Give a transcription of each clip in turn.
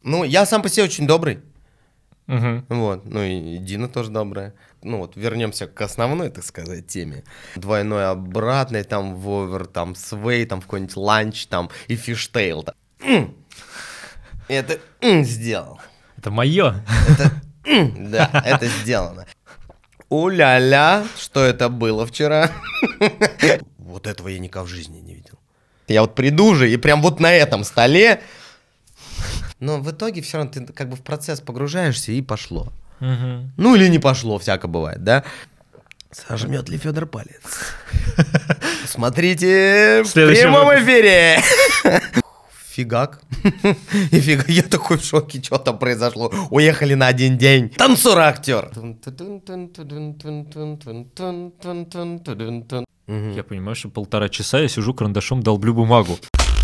Ну, я сам по себе очень добрый. Угу. Вот, ну и Дина тоже добрая. Ну вот, вернемся к основной, так сказать, теме. Двойной обратный, там, вовер, там, свей, там, в какой-нибудь ланч, там, и фиштейл. Там. Это сделал. Это мое. Да, это сделано. У-ля-ля, что это было вчера? Вот этого я никогда в жизни не видел. Я вот приду же, и прям вот на этом столе. Но в итоге все равно ты как бы в процесс погружаешься, и пошло. Угу. Ну или не пошло, всяко бывает, да? Сожмет ли Федор палец? Смотрите в прямом эфире! Фигак. И фига, я такой в шоке, что там произошло. Уехали на один день. Танцор-актер. Я понимаю, что 1,5 часа я сижу карандашом, долблю бумагу.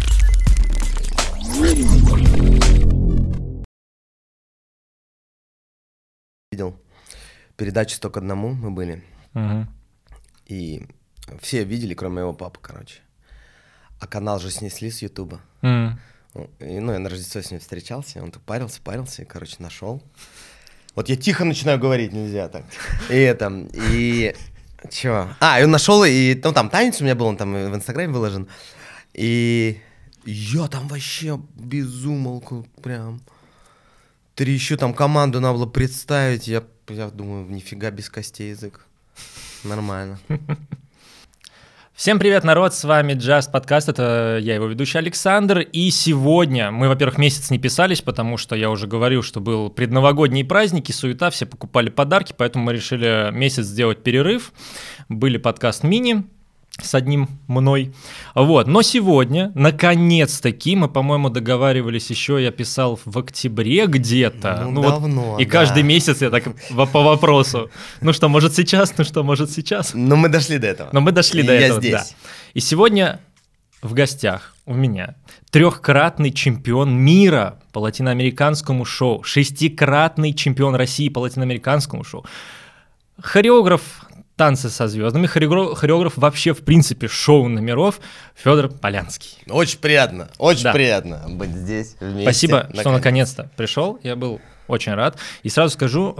Видел передачу «100 к 1» мы были. Угу. И все видели, кроме моего папы, короче. А канал же снесли с Ютуба. Mm. И, ну, я на Рождество с ним встречался, он так парился, и, короче, нашел. Вот я тихо начинаю говорить, нельзя так. И чё? И он нашел, и ну, там танец у меня был, он там в Инстаграме выложен. И я там вообще безумолку прям. Еще там команду надо было представить, я думаю, нифига без костей язык. Нормально. Всем привет, народ, с вами Just Podcast, это я, его ведущий Александр, и сегодня мы, во-первых, месяц не писались, потому что я уже говорил, что был предновогодние праздники, суета, все покупали подарки, поэтому мы решили месяц сделать перерыв, были подкаст мини с одним мной, вот, но сегодня, наконец-таки, мы, по-моему, договаривались еще, я писал в октябре где-то, ну давно, вот, и каждый месяц я так по вопросу, ну что, может сейчас? Но мы дошли до этого. Я здесь. Да. И сегодня в гостях у меня 3-кратный чемпион мира по латиноамериканскому шоу, 6-кратный чемпион России по латиноамериканскому шоу, хореограф «Танцы со звездами», хореограф вообще, в принципе, шоу номеров Федор Полянский. Очень приятно быть здесь вместе. Спасибо, что наконец-то пришел, я был очень рад. И сразу скажу,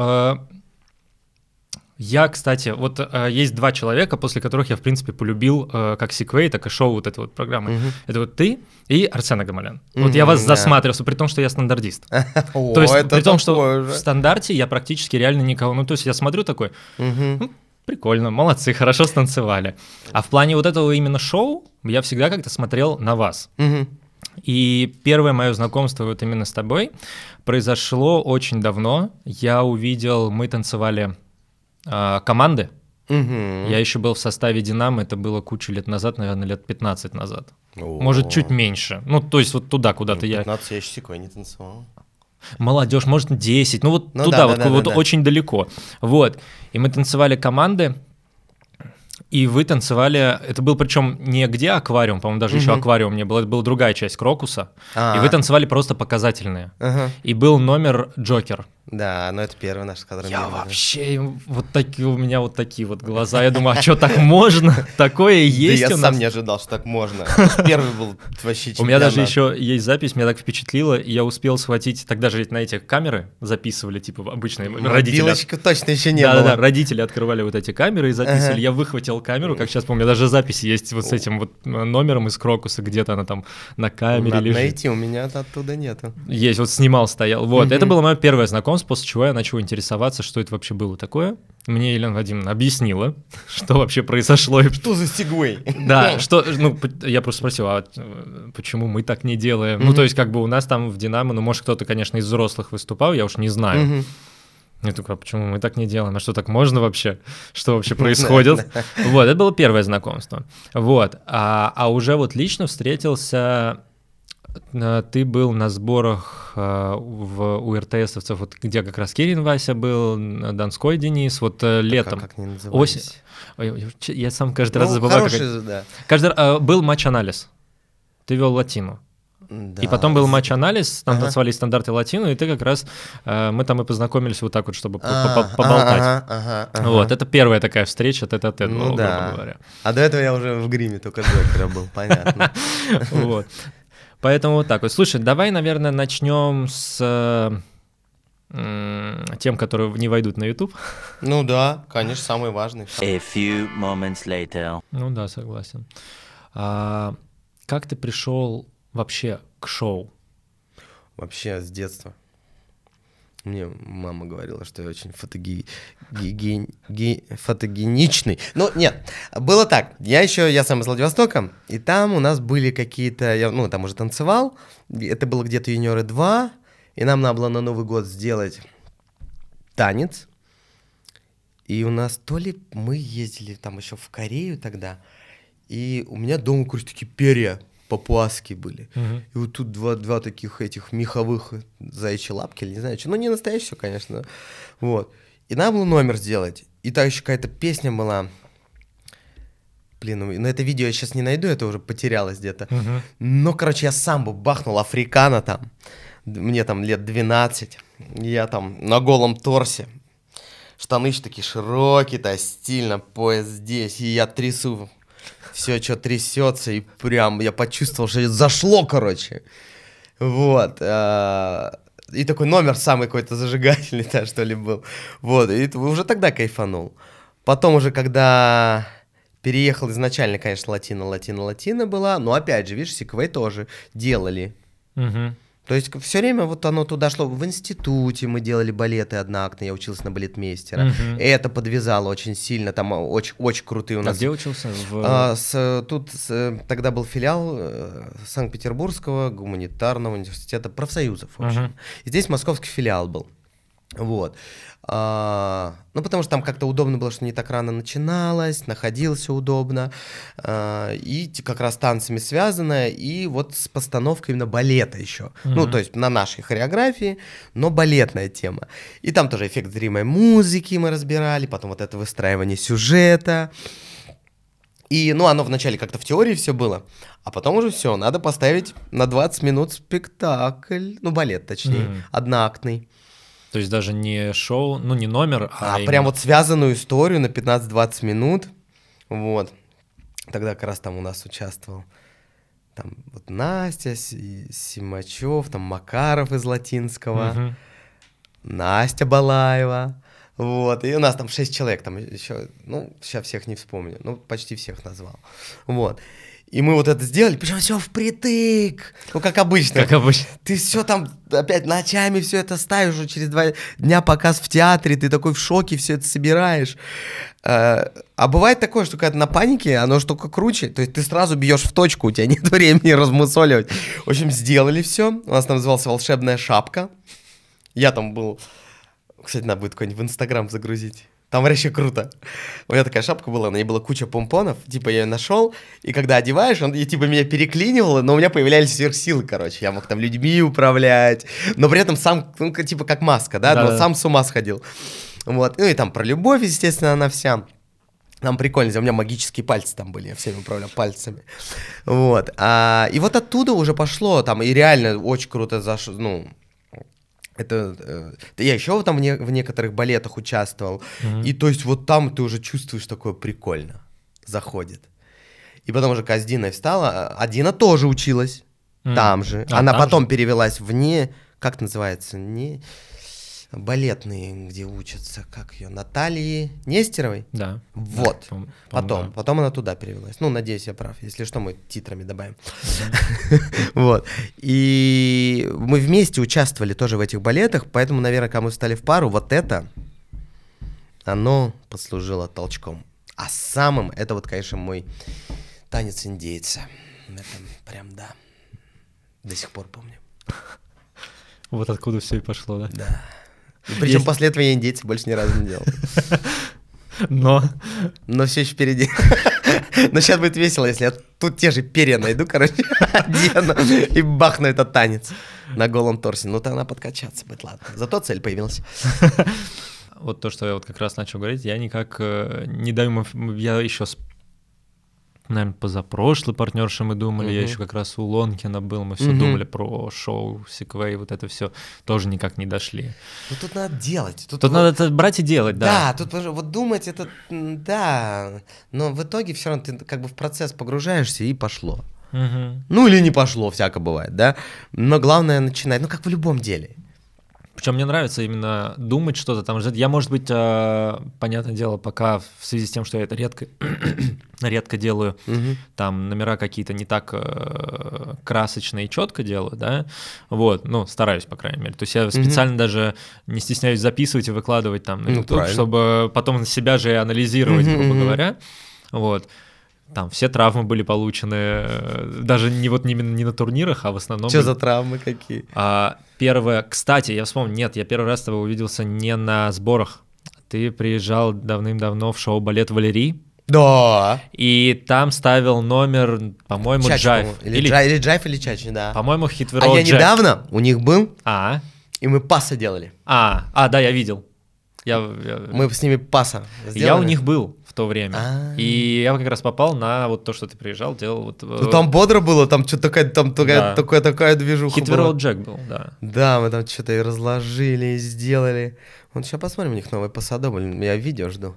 я, кстати, вот есть 2 человека, после которых я, в принципе, полюбил как Сиквей, так и шоу вот этой вот программы. Это вот ты и Арсен Агамалян. Вот я вас засматривался, при том, что я стандартист. То есть при том, что в стандарте я практически реально никого... Ну, то есть я смотрю такой... Прикольно, молодцы, хорошо станцевали. А в плане вот этого именно шоу я всегда как-то смотрел на вас. И первое мое знакомство вот именно с тобой произошло очень давно. Я увидел, мы танцевали команды. Я еще был в составе «Динамо», это было кучу лет назад, наверное, лет 15 назад. Может, чуть меньше. Ну, то есть вот туда куда-то 15 я еще секой не танцевал. Молодежь, может, 10, ну вот туда, вот очень далеко. Вот, и мы танцевали команды, и вы танцевали, это был причем не где аквариум, по-моему, даже еще аквариум не было, это была другая часть Крокуса, и вы танцевали просто показательные. И был номер «Джокер». Да, но это первый наш, с которым я вообще, вот такие у меня вот такие вот глаза, я думаю, а что, так можно? Такое есть у нас? Я сам не ожидал, что так можно. Первый был вообще чемпионат. У меня даже еще есть запись, меня так впечатлило, и я успел схватить, тогда же ведь на эти камеры записывали, типа обычные родители. Мобилочка точно еще не было. Да, родители открывали вот эти камеры и записывали. Я выхватил камеру, как сейчас помню, даже запись есть вот с этим вот номером из Крокуса, где-то она там на камере лежит. Надо найти, у меня оттуда нету. Есть, вот снимал, стоял. Вот, это было мое первое знакомство, после чего я начал интересоваться, что это вообще было такое. Мне Елена Вадимовна объяснила, что вообще произошло. Что за сегвей? Да, что, ну, я просто спросил, а почему мы так не делаем? Ну, то есть, как бы у нас там в «Динамо», ну, может, кто-то, конечно, из взрослых выступал, я уж не знаю. Я такой, а почему мы так не делаем? А что, так можно вообще? Что вообще происходит? Вот, это было первое знакомство. Вот, а уже вот лично встретился... Ты был на сборах у РТСовцев, вот, где как раз Кирин Вася был, Донской Денис, вот летом. Как они назывались? Я сам каждый раз забываю. Был матч-анализ. Ты вел латину. Да, и потом был матч-анализ, там танцевали стандарты латину, и ты как раз, мы там и познакомились вот так вот, чтобы поболтать. Вот, это первая такая встреча тет-а-тет была, грубо говоря. А до этого я уже в гриме только Джокера был, понятно. Вот. Поэтому вот так вот. Слушай, давай, наверное, начнем с тем, которые не войдут на YouTube. Ну да, конечно, самый важный. A few moments later. Ну да, согласен. Как ты пришел вообще к шоу? Вообще с детства. Мне мама говорила, что я очень фотогеничный. Ну, нет, было так. Я сам из Владивостока, и там у нас были какие-то... Я там уже танцевал. Это было где-то юниоры 2, и нам надо было на Новый год сделать танец. И у нас то ли мы ездили там еще в Корею тогда, и у меня дома, короче, такие перья папуасские были. И вот тут два таких этих меховых заячьи лапки, или не знаю, что. Ну, не настоящие, конечно. Вот. И надо было номер сделать. И там еще какая-то песня была. Блин, ну это видео я сейчас не найду, это уже потерялось где-то. Но, короче, я самбо бахнул, африкано там. Мне там лет 12. Я там на голом торсе. Штаны такие широкие, стильно, пояс здесь. И я трясу. Все, что трясется, и прям я почувствовал, что это зашло, короче. Вот. И такой номер самый какой-то зажигательный, что ли, был. Вот, и уже тогда кайфанул. Потом уже, когда переехал изначально, конечно, латина была, но опять же, видишь, Сиквей тоже делали. То есть все время вот оно туда шло. В институте мы делали балеты одноактные, я учился на балетмейстера. И это подвязало очень сильно, там очень крутые у нас. А где учился? Тогда был филиал Санкт-Петербургского гуманитарного университета профсоюзов, в общем. И здесь московский филиал был. Вот. Ну, потому что там как-то удобно было, что не так рано начиналось, находился удобно, и как раз танцами связано, и вот с постановкой именно балета еще. Ну, то есть на нашей хореографии, но балетная тема. И там тоже эффект зримой музыки мы разбирали, потом вот это выстраивание сюжета. И, оно вначале как-то в теории все было, а потом уже все, надо поставить на 20 минут спектакль, балет точнее, одноактный. То есть даже не шоу, не номер, а именно... прям вот связанную историю на 15-20 минут. Вот. Тогда как раз там у нас участвовал там вот Настя Симачев, там Макаров из Латинского, Настя Балаева. Вот. И у нас там 6 человек, там еще, сейчас всех не вспомню, почти всех назвал. Вот. И мы вот это сделали, причем все впритык, как обычно. Как обычно. Ты все там опять ночами все это ставишь, уже через 2 дня показ в театре, ты такой в шоке, все это собираешь. А бывает такое, что когда на панике, оно же только круче, то есть ты сразу бьешь в точку, у тебя нет времени размусоливать. В общем, сделали все, у нас там назывался «Волшебная шапка». Я там был, кстати, надо будет какой-нибудь в Инстаграм загрузить. Там вообще круто. У меня такая шапка была, на ней была куча помпонов, я ее нашел, и когда одеваешь, он меня переклинивало, но у меня появлялись сверхсилы, короче. Я мог там людьми управлять, но при этом сам, как маска, но сам с ума сходил. Вот. И там про любовь, естественно, она вся. Там прикольно, у меня магические пальцы там были, я всеми управлял пальцами. Вот. И вот оттуда уже пошло, там, и реально очень круто зашло, я еще там в некоторых балетах участвовал, и то есть вот там ты уже чувствуешь такое прикольно, заходит. И потом уже когда с Диной встала, а Дина тоже училась там же. Она там потом перевелась как называется, не балетные, где учатся, как ее, Натальи Нестеровой? Да. Вот, да. Потом она туда перевелась. Надеюсь, я прав, если что, мы титрами добавим. Вот, и мы вместе участвовали тоже в этих балетах, поэтому, наверное, когда мы встали в пару, вот это, оно послужило толчком. А самым, это вот, конечно, мой танец индейца. Это прям, да, до сих пор помню. Вот откуда все и пошло, да? Да. Причем после этого я индейцы больше ни разу не делал. Но все еще впереди. Но сейчас будет весело, если я тут те же перья найду, одену и бахну этот танец на голом торсе. То она подкачаться будет, ладно. Зато цель появилась. Вот то, что я вот как раз начал говорить, я никак не даю... Я еще наверное, позапрошлый партнерши мы думали, я еще как раз у Лонкина был, мы все думали про шоу, Сиквей, вот это все, тоже никак не дошли. Тут надо делать. Тут надо это брать и делать, да. Да, тут вот думать это, да, но в итоге все равно ты как бы в процесс погружаешься и пошло. Мгм. Ну, или не пошло, всяко бывает, да? Но главное начинать, ну, как в любом деле. Причем мне нравится именно думать что-то там. Я, может быть, понятное дело, пока в связи с тем, что я это редко делаю, Мгм. там номера какие-то не так красочно и четко делаю, да, вот, ну, стараюсь, по крайней мере. То есть я специально даже не стесняюсь записывать и выкладывать там на Ну, YouTube, правильно. чтобы потом себя же и анализировать, Мгм, грубо мгм. говоря, вот. Там все травмы были получены, даже именно не на турнирах, а в основном... Что за травмы какие? Первое, кстати, я вспомнил, нет, я первый раз с тобой увиделся не на сборах. Ты приезжал давным-давно в шоу «Балет Валерий», Да. и там ставил номер, по-моему, Чачи, Джайв. по-моему. Или Джайв, или Чачи, да. По-моему, А хит-верол я Джек. недавно у них был, А, и мы паса делали. да, я видел. Мы с ними паса сделали. Я у них был в то время. А. И я как раз попал на вот то, что ты приезжал, делал вот... Ну, там бодро было, там что-то такая движуха Хит-верол была. Джек был, да. Да, мы там что-то и разложили, и сделали. Вот сейчас посмотрим, у них новый посадобль. Я видео жду.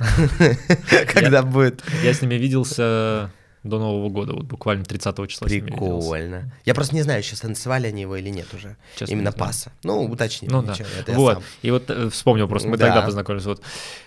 Когда будет. Я с ними виделся до Нового года, вот буквально 30 числа с ними виделся. Прикольно. Я просто не знаю, еще танцевали они его или нет уже. Честно, Именно не знаю. паса. Ну, уточни. Ну да. ничего, это я Вот. сам. И вот вспомнил просто, мы Да. тогда познакомились. Вот.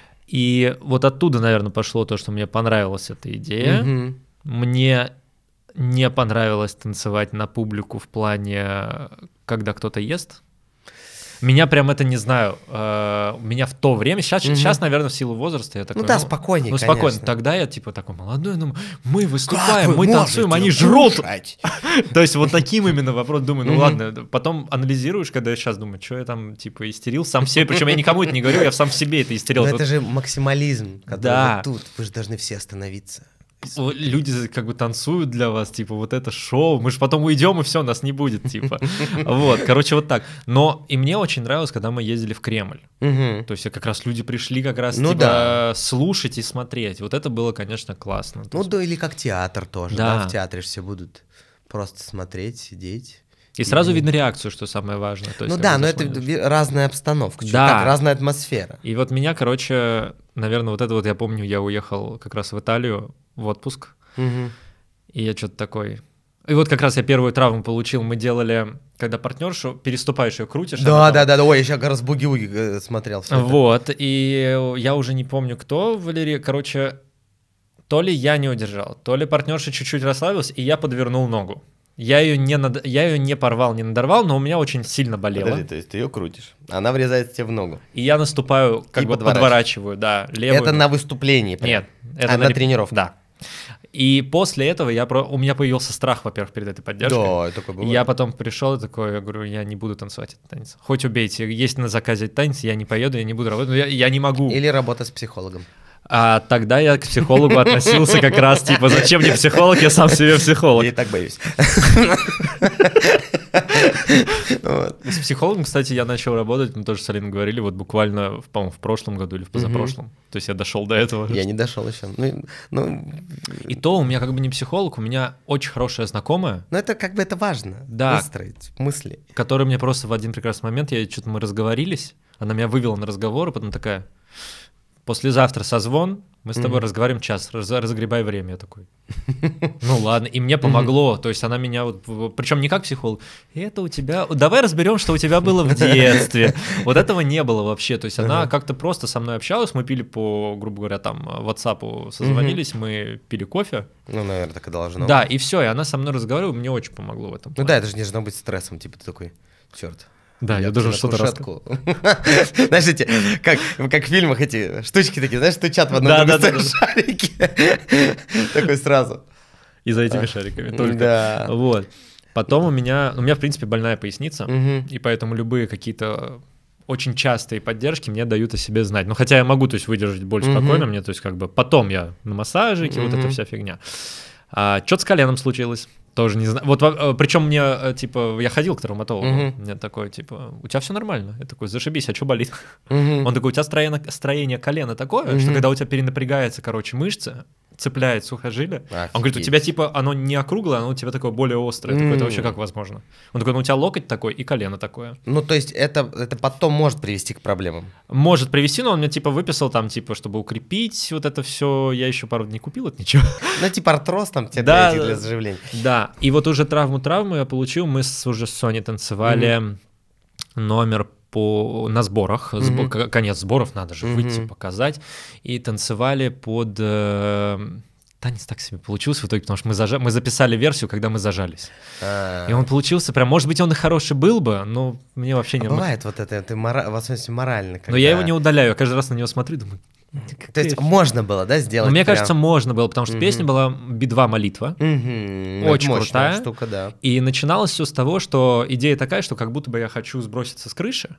И вот оттуда, наверное, пошло то, что мне понравилась эта идея. Мгм. Мне не понравилось танцевать на публику в плане, когда кто-то ест. Меня прям это, не знаю, меня в то время, сейчас, наверное, в силу возраста я такой... Ну да, спокойнее, Ну, спокойно. конечно. Тогда я, типа, такой молодой, ну, мы Как выступаем, вы мы танцуем, можете они жрут. кушать? То есть вот таким именно вопрос, думаю, ну Мгм. ладно, потом анализируешь, когда я сейчас думаю, что я там, типа, истерил сам в себе, причем я никому это не говорю, я сам в себе это истерил. Но Вот это же максимализм, который Да. вот тут. Вы же должны все остановиться. люди как бы танцуют для вас, типа, вот это шоу, мы же потом уйдем, и все, нас не будет, типа. Вот, короче, вот так. Но и мне очень нравилось, когда мы ездили в Кремль. Мгм. То есть как раз люди пришли как раз, Ну типа, да. слушать и смотреть. Вот это было, конечно, классно. То Ну есть- да, или как театр тоже. Да. Да. В театре же все будут просто смотреть, сидеть. И сразу видно реакцию, что самое важное. То есть, Ну как да, бы но это зашло, не разная обстановка, чуть Да. как разная атмосфера. И вот меня, короче, наверное, вот это вот я помню, я уехал как раз в Италию в отпуск, Мгм. и я что-то такой... И вот как раз я первую травму получил, мы делали, когда партнершу, переступаешь ее, крутишь. Да, она да, там- да, ой, я сейчас как раз буги-вуги смотрел. всё это. Вот, и я уже не помню, кто, Валерий, короче, то ли я не удержал, то ли партнерша чуть-чуть расслабилась, и я подвернул ногу. Я ее не порвал, не надорвал, но у меня очень сильно болело. Подожди, то есть ты ее крутишь, она врезается тебе в ногу. И я наступаю, как И бы подворачиваешь. подворачиваю, да, левую. Это на выступлении прям? Нет, это А, на реп- тренировке? Да. И после этого у меня появился страх, во-первых, перед этой поддержкой. Да, такое И бывает. я потом пришел и такой, я говорю, я не буду танцевать этот танец. Хоть убейте, есть на заказе танец, я не поеду, я не буду работать, но я не могу. Или работа с психологом. А тогда я к психологу относился как раз, типа, зачем мне психолог, я сам себе психолог. Я и так боюсь. Вот. С психологом, кстати, я начал работать, мы тоже с Алиной говорили, вот буквально, по-моему, в прошлом году или в позапрошлом. То есть я дошел до этого. Я не дошел еще. Ну, И то у меня как бы не психолог, у меня очень хорошая знакомая, но это как бы это важно. Да. Выстроить мысли. которая мне просто в один прекрасный момент, что-то мы разговорились, она меня вывела на разговор, и потом такая, послезавтра созвон, мы с тобой разговариваем час, разгребай время. Я такой, ну ладно, и мне помогло, то есть она меня, причем не как психолог, это у тебя, давай разберем, что у тебя было в детстве. Вот этого не было вообще, то есть она как-то просто со мной общалась, мы пили по, грубо говоря, там, WhatsApp созвонились, мы пили кофе, Ну, наверное, так и должно да, быть. и все, и она со мной разговаривала, мне очень помогло в этом Ну плане. да, это же не должно быть стрессом, типа ты такой, черт. Да, я должен что-то рассказать. Знаешь, эти, как в фильмах эти штучки такие, знаешь, стучат в одном Да, другом да, да. шарике. Такой сразу. И за этими шариками только. Да. Вот. Потом у меня, в принципе, больная поясница, Мгм. и поэтому любые какие-то очень частые поддержки мне дают о себе знать. Ну, хотя я могу, то есть, выдержать боль спокойно, мне, то есть, как бы, потом я на массажике, вот эта вся фигня. Что-то с коленом случилось. Тоже не знаю. Вот, причем мне, типа, я ходил к травматологу, мне такой, типа, у тебя все нормально. Я такой, зашибись, а что болит? Мгм. Он такой, у тебя строение колена такое, что когда у тебя перенапрягается, короче, мышцы, цепляет сухожилие. Офигеть. Он говорит, у тебя типа оно не округлое, оно у тебя такое более острое. Я такой, это вообще как возможно? Он такой, ну у тебя локоть такой и колено такое. Ну, то есть это потом может привести к проблемам. Может привести, но он мне типа выписал там, типа, чтобы укрепить вот это все. Я еще пару дней купил, это ничего. Ну, типа артроз там тебе Да, для заживления. Да, и вот уже травму я получил, мы уже с Соней танцевали номер на сборах, конец сборов, надо же выйти, показать, и танцевали под... Танец так себе получился в итоге, потому что мы записали версию, когда мы зажались. И он получился прям, может быть, он и хороший был бы, но мне вообще не... Бывает вот это, в особенности морально. Но я его не удаляю, я каждый раз на него смотрю, думаю... То есть можно было, да, сделать? Ну, мне кажется, можно было, потому что песня была «Би-2 молитва», очень крутая штука, да. И начиналось все с того, что идея такая, что как будто бы я хочу сброситься с крыши,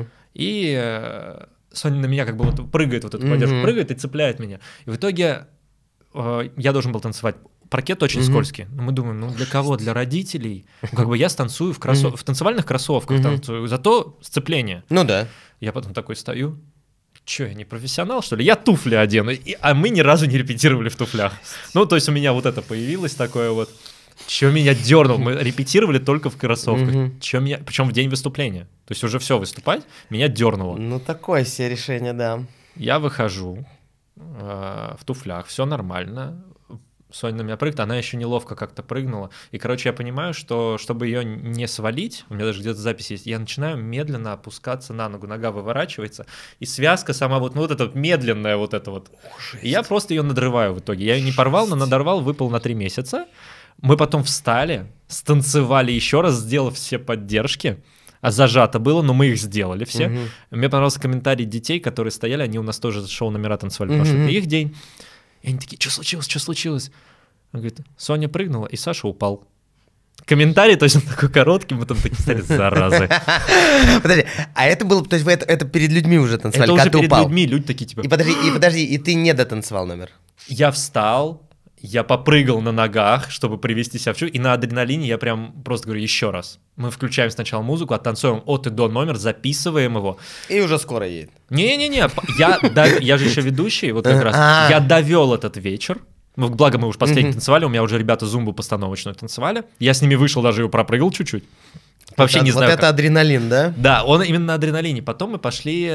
и Соня на меня как бы вот прыгает, вот эту поддержку прыгает и цепляет меня. И в итоге я должен был танцевать. Паркет очень скользкий. Но мы думаем, ну для кого? Для родителей? Как бы я станцую в танцевальных кроссовках, зато сцепление. Ну да. Я потом такой стою. Че, я не профессионал, что ли? Я туфли одену. А мы ни разу не репетировали в туфлях. Ну, то есть у меня вот это появилось такое вот. Че меня дернул? Мы репетировали только в кроссовках. Причем в день выступления. То есть уже все выступать, меня дернуло. Ну, такое себе решение, да. Я выхожу в туфлях, все нормально. Соня на меня прыгает, она еще неловко как-то прыгнула. И, короче, я понимаю, что чтобы ее не свалить, у меня даже где-то запись есть, я начинаю медленно опускаться на ногу, нога выворачивается, и связка сама вот, ну вот эта вот медленная вот эта вот. И я просто ее надрываю в итоге. Я ее не порвал, но надорвал, выпал на 3 месяца. Мы потом встали, станцевали еще раз, сделав все поддержки. А зажато было, но мы их сделали все. Мне понравился комментарий детей, которые стояли, они у нас тоже шоу-номера танцевали, потому что это их день. И они такие, что случилось? Он говорит, Соня прыгнула, и Саша упал. Комментарий точно такой короткий, мы там такие стали, заразы. Подожди, а это было, то есть вы это перед людьми уже танцевали, это когда уже ты перед упал? людьми, люди такие типа... И подожди, и ты не дотанцевал номер? Я встал, я попрыгал на ногах, чтобы привести себя в чувство, и на адреналине я прям просто говорю еще раз. Мы включаем сначала музыку, оттанцуем от и до номер, записываем его. И уже скоро едет. Не-не-не, я же еще ведущий, вот как раз. Я довел этот вечер. Ну, благо мы уже последний танцевали, у меня уже ребята зумбу постановочную танцевали. Я с ними вышел, даже ее пропрыгал чуть-чуть. Вообще не знаю. Вот это адреналин, да? Да, он именно на адреналине. Потом мы пошли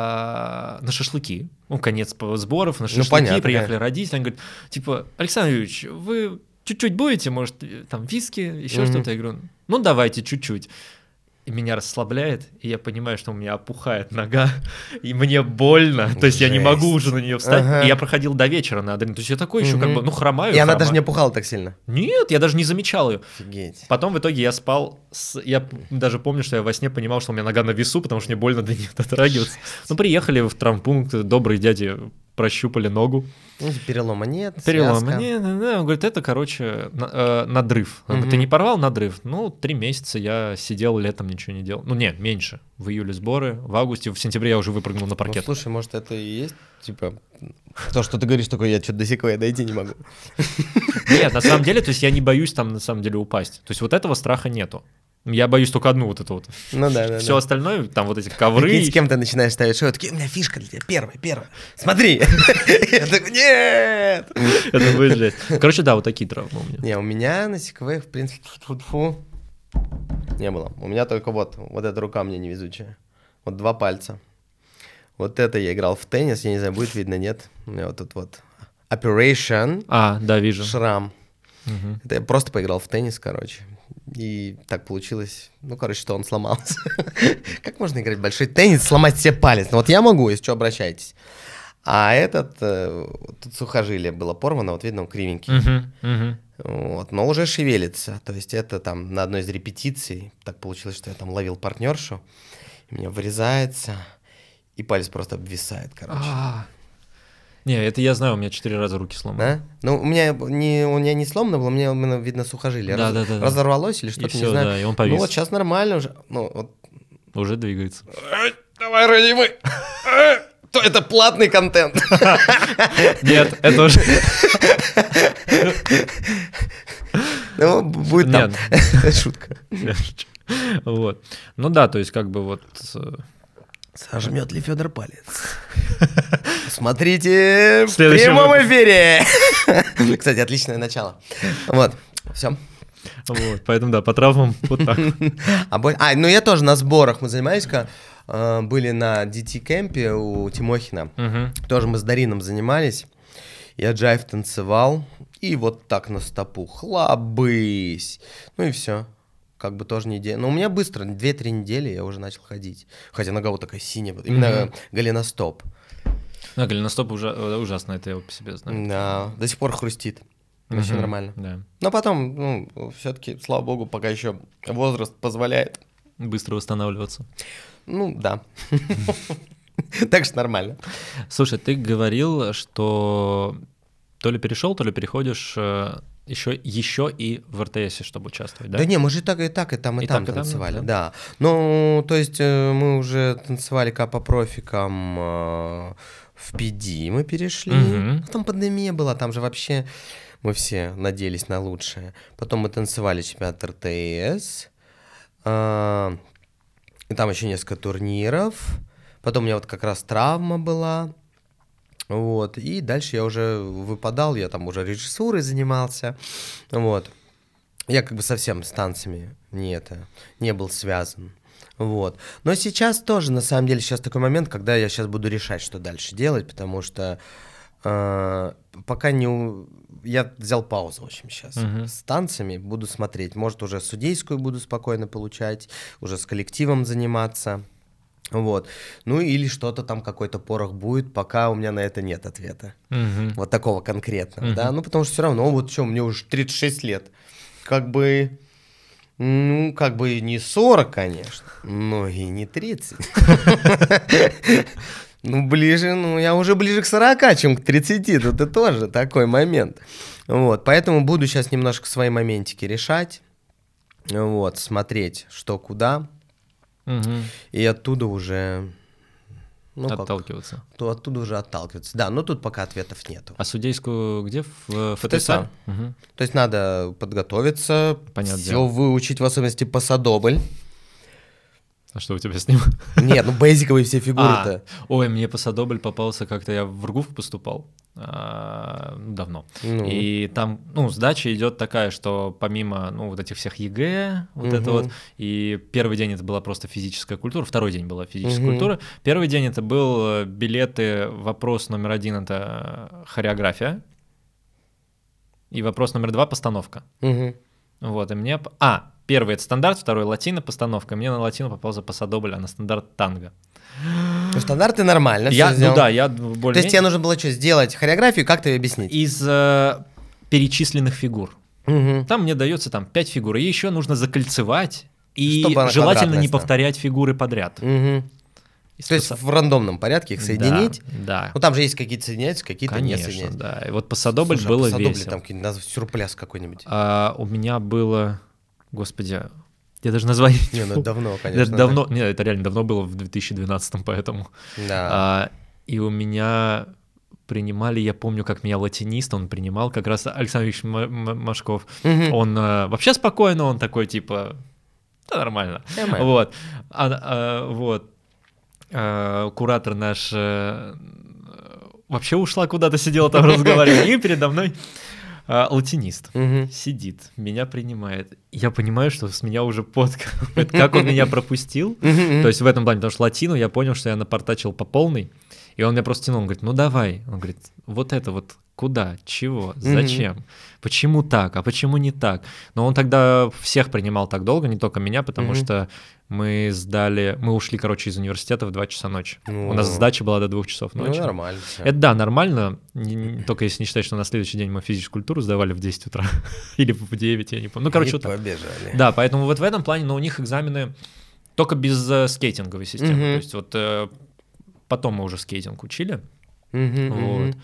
на шашлыки. Ну, конец сборов, на шашлыки. Понятно, приехали родители. Они говорят, типа, Александр Юрьевич, вы чуть-чуть будете, может, там виски, еще что-то? Я говорю, ну, давайте чуть-чуть. И меня расслабляет, и я понимаю, что у меня опухает нога, и мне больно, то есть я не могу уже на нее встать. И я проходил до вечера на адреналине, то есть я такой еще как бы, ну, хромаю. И она даже не опухала так сильно? Нет, я даже не замечал ее. Офигеть. Потом в итоге я спал, я даже помню, что я во сне понимал, что у меня нога на весу, потому что мне больно до нее дотрагиваться. Ну, приехали в травмпункт, добрые дяди прощупали ногу. Перелома нет, Перелома нет, да. Он говорит, это, короче, надрыв. Он говорит, ты не порвал надрыв? Ну, 3 месяца я сидел, летом ничего не делал. Ну, нет, меньше. В июле сборы, в августе, в сентябре я уже выпрыгнул на паркет. Ну, слушай, может, это и есть, типа, то, что ты говоришь, такое, я что-то до сих пор дойти не могу. Нет, на самом деле, то есть я не боюсь там, на самом деле, упасть. То есть вот этого страха нету. Я боюсь только одну вот эту вот. Ну да. Все остальное, там вот эти ковры. Прикинь, с кем ты начинаешь ставить шоу, такие, у меня фишка для тебя, первая. Смотри. Я такой, нет. Это будет жесть. Короче, да, вот такие травмы у меня. Не, у меня на сиквеях, в принципе, не было. У меня только вот эта рука мне невезучая. Вот 2 пальца. Вот это я играл в теннис, я не знаю, будет видно, нет. У меня вот тут вот Operation. Да, вижу. Шрам. Это я просто поиграл в теннис, короче. И так получилось, ну, короче, что он сломался. Как можно играть в большой теннис, сломать себе палец? Ну, вот я могу, если что, обращайтесь. А этот, тут сухожилие было порвано, вот видно, он кривенький. Вот, но уже шевелится. То есть это там на одной из репетиций так получилось, что я там ловил партнершу, и у меня вырезается, и палец просто обвисает, короче. Не, это я знаю, у меня 4 раза руки сломаны. Да? Ну, у меня не сломано было, у меня именно видно сухожилие. Да. Разорвалось или что-то, и все, не знаю. Да, и он повис. Ну, вот сейчас нормально уже. Ну, вот. Уже двигается. Давай, родимый. То это платный контент. Нет, это уже... Ну, будет там. Шутка. Вот. Ну да, то есть как бы вот... Сожмет ли Федор палец? Смотрите в Следующий прямом выпуск. эфире. Кстати, отличное начало. Вот, все. Вот, поэтому да, по травмам вот так. Ну я тоже на сборах, мы занимались, были на DT-кемпе у Тимохина. Тоже мы с Дарином занимались. Я джайв танцевал, и вот так на стопу, хлобысь. Ну и все. Как бы тоже неделя. Но у меня быстро, 2-3 недели я уже начал ходить. Хотя нога вот такая синяя, именно голеностоп. Да, голеностоп ужасно, это я по себе знаю. Да, до сих пор хрустит. Вообще нормально. Да. Но потом, все-таки, слава богу, пока еще возраст позволяет. Быстро восстанавливаться. Ну, да. Так что нормально. Слушай, ты говорил, что то ли перешел, то ли переходишь еще и в РТСе, чтобы участвовать, да? Да не, мы же и там, и там танцевали, да? да. Ну, то есть мы уже танцевали как по профикам в PD мы перешли. Там пандемия была, там же вообще мы все надеялись на лучшее. Потом мы танцевали чемпионат РТС. И там еще несколько турниров. Потом у меня вот как раз травма была. Вот. И дальше я уже выпадал, я там уже режиссурой занимался. Вот. Я как бы совсем с танцами не был связан. Вот. Но сейчас тоже, на самом деле, сейчас такой момент, когда я сейчас буду решать, что дальше делать, потому что пока не... Я взял паузу, в общем, сейчас. С танцами буду смотреть. Может, уже судейскую буду спокойно получать, уже с коллективом заниматься. Вот. Ну, или что-то там, какой-то порох будет, пока у меня на это нет ответа. Вот такого конкретного, да. Ну, потому что все равно, вот что, мне уже 36 лет. Как бы... Ну, как бы не 40, конечно, но и не 30. Ну, я уже ближе к 40, чем к 30, тут это тоже такой момент. Вот, поэтому буду сейчас немножко свои моментики решать, вот, смотреть, что куда, и оттуда уже... Отталкиваться. То оттуда уже отталкиваться. Да, но тут пока ответов нету. А судейскую где? В ФТС? То есть надо подготовиться, Понятно, все выучить, в особенности пасадобль. А что у тебя с ним? Нет, ну бейзиковые все фигуры-то. Ой, мне пасадобль попался как-то, я в РГУФ поступал давно. И там, сдача идет такая, что помимо, вот этих всех ЕГЭ, это вот, и первый день это была просто физическая культура, второй день была физическая культура, первый день это был билеты, вопрос номер 1 это хореография, и вопрос номер 2 постановка. Вот, и мне... Первый — это стандарт, второй — латино, постановка. Мне на латино попал за пасадобль, а на стандарт — танго. Ну, стандарты нормально я более-менее. более... То есть тебе нужно было что, сделать хореографию, как ты ее объяснить? Из перечисленных фигур. Там мне дается 5 фигур, и еще нужно закольцевать, и желательно не повторять фигуры подряд. То есть в рандомном порядке их соединить? Да. Ну там же есть какие-то соединяются, какие-то не Конечно, соединяются. да. И вот пасадобль было весело. Там какой-нибудь сюрпляс какой-нибудь. У меня было... Господи, я даже название... Не, ну это давно, конечно. Давно, нет, это реально давно было, в 2012-м, поэтому. Да. И у меня принимали, я помню, как меня латинист, он принимал, как раз Александр Викторович Машков. Он вообще спокойно, он такой, типа, да нормально. Вот. Вот. Куратор наш вообще ушла куда-то, сидела там, разговаривала, и передо мной... латинист сидит, меня принимает. Я понимаю, что с меня уже пот капает. Как он меня пропустил. То есть в этом плане, потому что латину я понял, что я напортачил по полной. И он меня просто тянул, он говорит, ну давай. Он говорит, вот это вот куда, чего, зачем, почему так, а почему не так. Но он тогда всех принимал так долго, не только меня, потому что мы ушли, короче, из университета в 2 часа ночи. У нас сдача была до 2 часов ночи. Ну, нормально. Это да, нормально, только если не считать, что на следующий день мы физическую культуру сдавали в 10 утра или в 9, я не помню. Ну, короче, вот так. Побежали. Да, поэтому вот в этом плане, но у них экзамены только без скейтинговой системы. То есть вот потом мы уже скейтинг учили. Вот.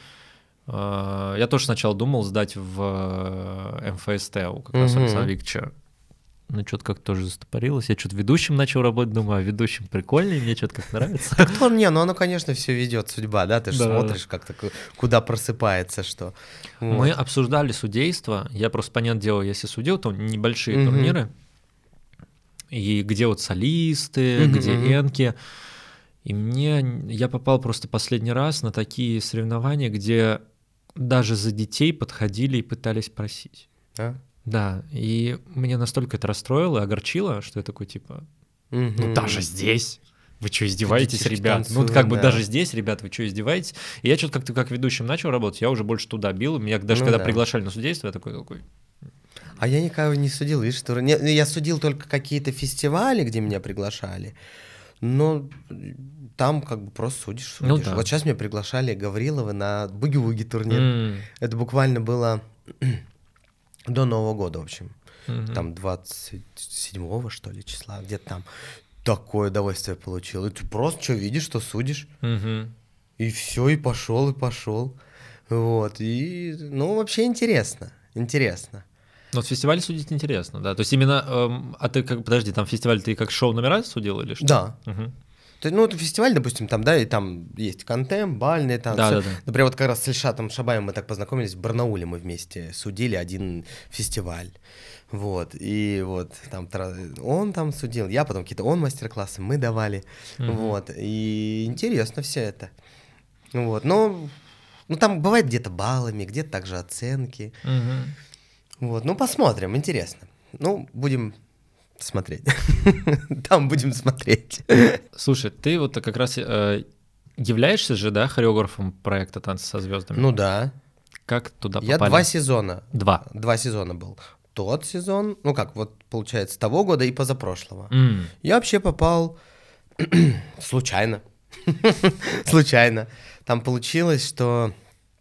Я тоже сначала думал сдать в МФСТ у как раз Александра Викторовича. Ну, что-то как-то тоже застопорилось. Я что-то ведущим начал работать, думаю, а ведущим прикольный, мне что-то как нравится. Оно, конечно, все ведет, судьба, да? Ты же смотришь, как-то куда просыпается, что. Мы обсуждали судейство. Я просто, понятное дело, если судил, то небольшие турниры. И где вот солисты, где энки. И я попал просто последний раз на такие соревнования, где даже за детей подходили и пытались просить. А? Да, и меня настолько это расстроило и огорчило, что я такой, типа, ну даже здесь... Вы что, издеваетесь, Детишки ребят? танцуют, Ну, как бы да. даже здесь, ребят, вы что, издеваетесь? И я что-то как-то как ведущим начал работать, я уже больше туда бил. Меня даже когда приглашали на судейство, я такой... А я никого не судил, видишь, что... Я судил только какие-то фестивали, где меня приглашали, но там как бы просто судишь. Ну да. Вот сейчас меня приглашали Гавриловы на буги-вуги турнир. Это буквально было до Нового года, в общем. Там 27-го, что ли, числа, где-то там. Такое удовольствие получил. И ты просто что видишь, что судишь. И все, и пошел. Вот. И, ну, вообще интересно. Но с фестиваля судить интересно, да? То есть именно... а ты как... Подожди, там фестиваль ты как шоу-номера судил или что? Да. Ну, это фестиваль, допустим, там, да, и там есть контем, бальные танцы. Да. Например, вот как раз с Ильшатом Шабаевым мы так познакомились, в Барнауле мы вместе судили один фестиваль. Вот, и вот там он там судил, я потом какие-то мастер-классы мы давали. Вот, и интересно все это. Вот, но там бывает где-то баллами, где-то также оценки. Вот, ну, посмотрим, интересно. Ну, будем... смотреть. Там будем смотреть. Слушай, ты вот как раз являешься же, да, хореографом проекта «Танцы со звездами»? Ну да. Как туда попали? Я 2 сезона. 2 сезона был. Тот сезон, ну как, вот получается, того года и позапрошлого. Я вообще попал случайно. Случайно. Там получилось, что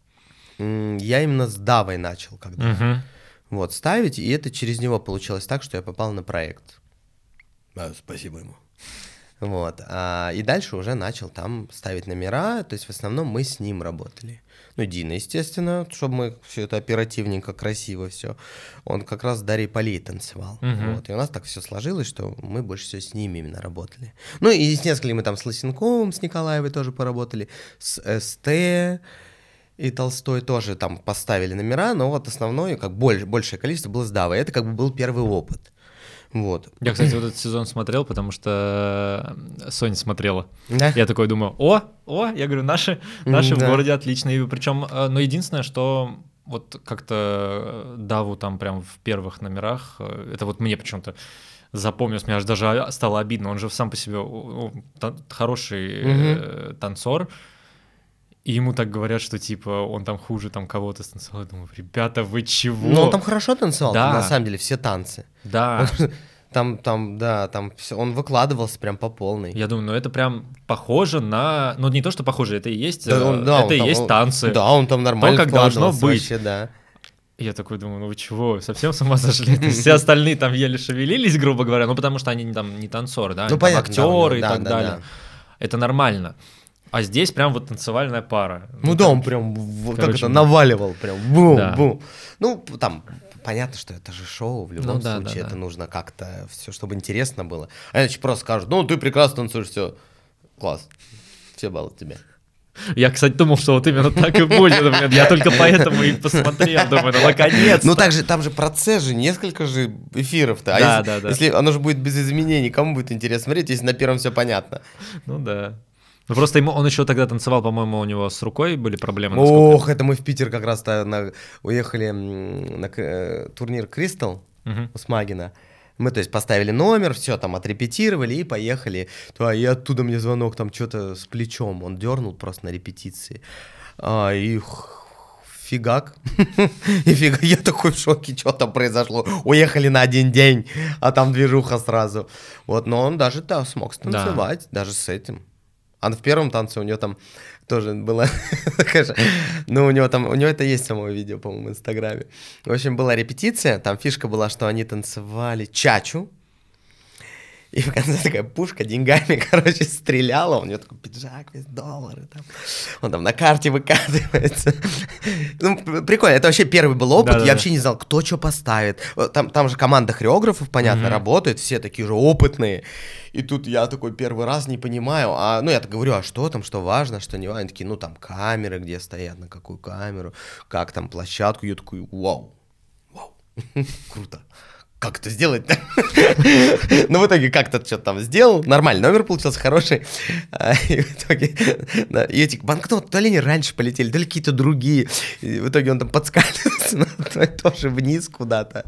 я именно с Давой начал когда. Вот, ставить, и это через него получилось так, что я попал на проект. Спасибо ему. Вот, и дальше уже начал там ставить номера, то есть в основном мы с ним работали. Ну, Дина, естественно, чтобы мы все это оперативненько, красиво все. Он как раз с Дарьей Полей танцевал. Вот, и у нас так все сложилось, что мы больше всего с ними именно работали. Ну, и с несколькими мы там с Лысенковым, с Николаевой тоже поработали, с СТ... И Толстой тоже там поставили номера, но вот основное, как большее количество было с Давой. Это как бы был первый опыт. Вот. Я, кстати, вот этот сезон смотрел, потому что Соня смотрела. Да? Я такой думаю, я говорю, наши в городе отличные. Причем, но единственное, что вот как-то Даву там прям в первых номерах, это вот мне почему-то запомнилось, мне аж даже стало обидно. Он же сам по себе хороший танцор. И ему так говорят, что типа он там хуже там кого-то станцевал. Я думаю, ребята, вы чего? Ну, он там хорошо танцевал, да. На самом деле, все танцы. Да. Там все, он выкладывался прям по полной. Я думаю, ну это прям похоже на... Ну не то, что похоже, это и есть, есть танцы. Да, он там нормально то, как должно быть. Вообще, да. Я такой думаю, ну вы чего, совсем с ума сошли? Все остальные там еле шевелились, грубо говоря, ну потому что они там не танцоры, да, они там актеры и так далее. Это нормально. А здесь прям вот танцевальная пара. Ну да, он прям, как это, наваливал прям, бум-бум. Ну, там, понятно, что это же шоу, в любом случае это нужно как-то все, чтобы интересно было. А иначе просто скажут, ну, ты прекрасно танцуешь, все, класс, все баллы тебе. Я, кстати, думал, что вот именно так и будет. Я только поэтому и посмотрел, думаю, ну, наконец-то. Ну, там же процесс же, несколько же эфиров-то. Да. Если оно же будет без изменений, кому будет интересно смотреть, если на первом все понятно? Ну, да. Ну, просто он еще тогда танцевал, по-моему, у него с рукой были проблемы. Ох, это мы в Питер как раз уехали на турнир «Кристалл» у Смагина. Мы, то есть, поставили номер, все там отрепетировали и поехали. И оттуда мне звонок, там что-то с плечом. Он дернул просто на репетиции. И фигак. И фигак. Я такой в шоке, что там произошло. Уехали на один день, а там движуха сразу. Вот, но он даже смог станцевать, даже с этим. А в первом танце у него там тоже было, ну, у него это есть самое видео, по-моему, в Инстаграме. В общем, была репетиция, там фишка была, что они танцевали чачу, и в конце такая пушка деньгами, короче, стреляла, у него такой пиджак, весь доллары, там. Он там на карте выкатывается. Ну, прикольно, это вообще первый был опыт, я вообще не знал, кто что поставит. Там же команда хореографов, понятно, работает, все такие же опытные. И тут я такой первый раз не понимаю, ну, я так говорю, а что там, что важно, что не важно. Они такие, ну, там камеры, где стоят, на какую камеру, как там площадку. Я такой, вау, круто. как это сделать-то? Но в итоге как-то что-то там сделал, нормальный номер получился, хороший. И в итоге, да, и эти банкноты то ли не раньше полетели, то ли какие-то другие. И в итоге он там подскальзывается, тоже вниз куда-то.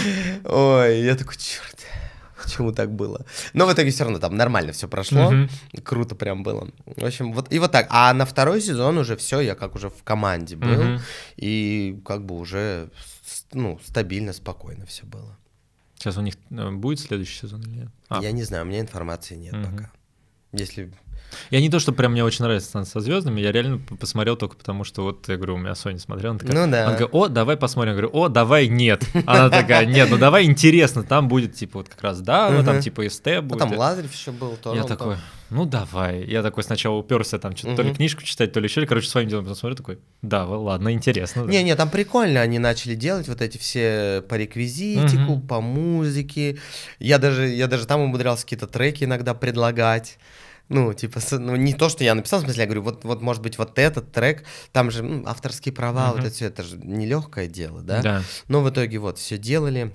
Ой, я такой, черт. Почему так было? Но в итоге все равно там нормально все прошло. Круто прям было. В общем, вот и вот так. А на второй сезон уже все, я как уже в команде был. И как бы уже, ну, стабильно, спокойно все было. Сейчас у них будет следующий сезон или нет? Я не знаю, у меня информации нет пока. Если... Я не то, что прям мне очень нравится «Танцы со звездами», я реально посмотрел только потому, что вот, я говорю, у меня Соня смотрела, она такая, ну, да. она говорит, о, давай посмотрим, я говорю, о, давай, нет. Она такая, нет, ну давай интересно, там будет, типа, вот как раз, да, ну там, типа, СТ будет. Ну, там Лазарев еще был, тоже. Я такой, ну давай. Я такой сначала уперся там, что-то то ли книжку читать, то ли еще, короче, своим делом потом смотрю, такой, да, ладно, интересно. Не, там прикольно, они начали делать вот эти все по реквизитику, по музыке. Я даже там умудрялся какие-то треки иногда предлагать. Ну, типа, ну, не то, что я написал, в смысле, я говорю, вот может быть, вот этот трек, там же авторские права, вот это все, это же нелегкое дело, да? Да. Но в итоге вот все делали.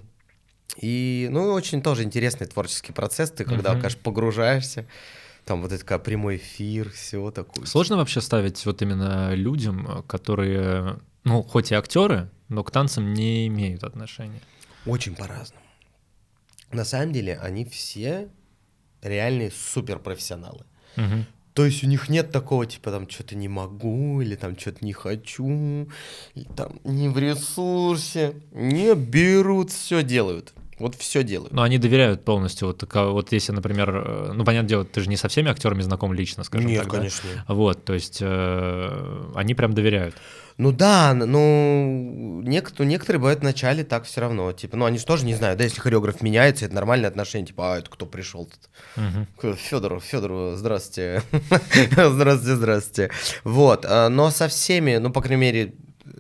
И, ну, очень тоже интересный творческий процесс, ты когда, конечно, погружаешься, там вот это как прямой эфир, все такое. Сложно вообще ставить вот именно людям, которые, ну, хоть и актеры, но к танцам не имеют отношения? Очень по-разному. На самом деле, они все... реальные суперпрофессионалы. То есть у них нет такого, типа, там, что-то не могу, или там, что-то не хочу, или там, не в ресурсе. Не берут, все делают. Вот все делают. Но они доверяют полностью. Вот если, например, ну, понятное дело, ты же не со всеми актерами знаком лично, скажем так. Нет, конечно. Да? Вот, то есть они прям доверяют. Ну да, ну некоторые бывают в начале так все равно, типа, ну они же тоже не знают, да, если хореограф меняется, это нормальное отношение, типа, а это кто пришел тут? Федору, здравствуйте, здравствуйте. Вот, но со всеми, ну, по крайней мере,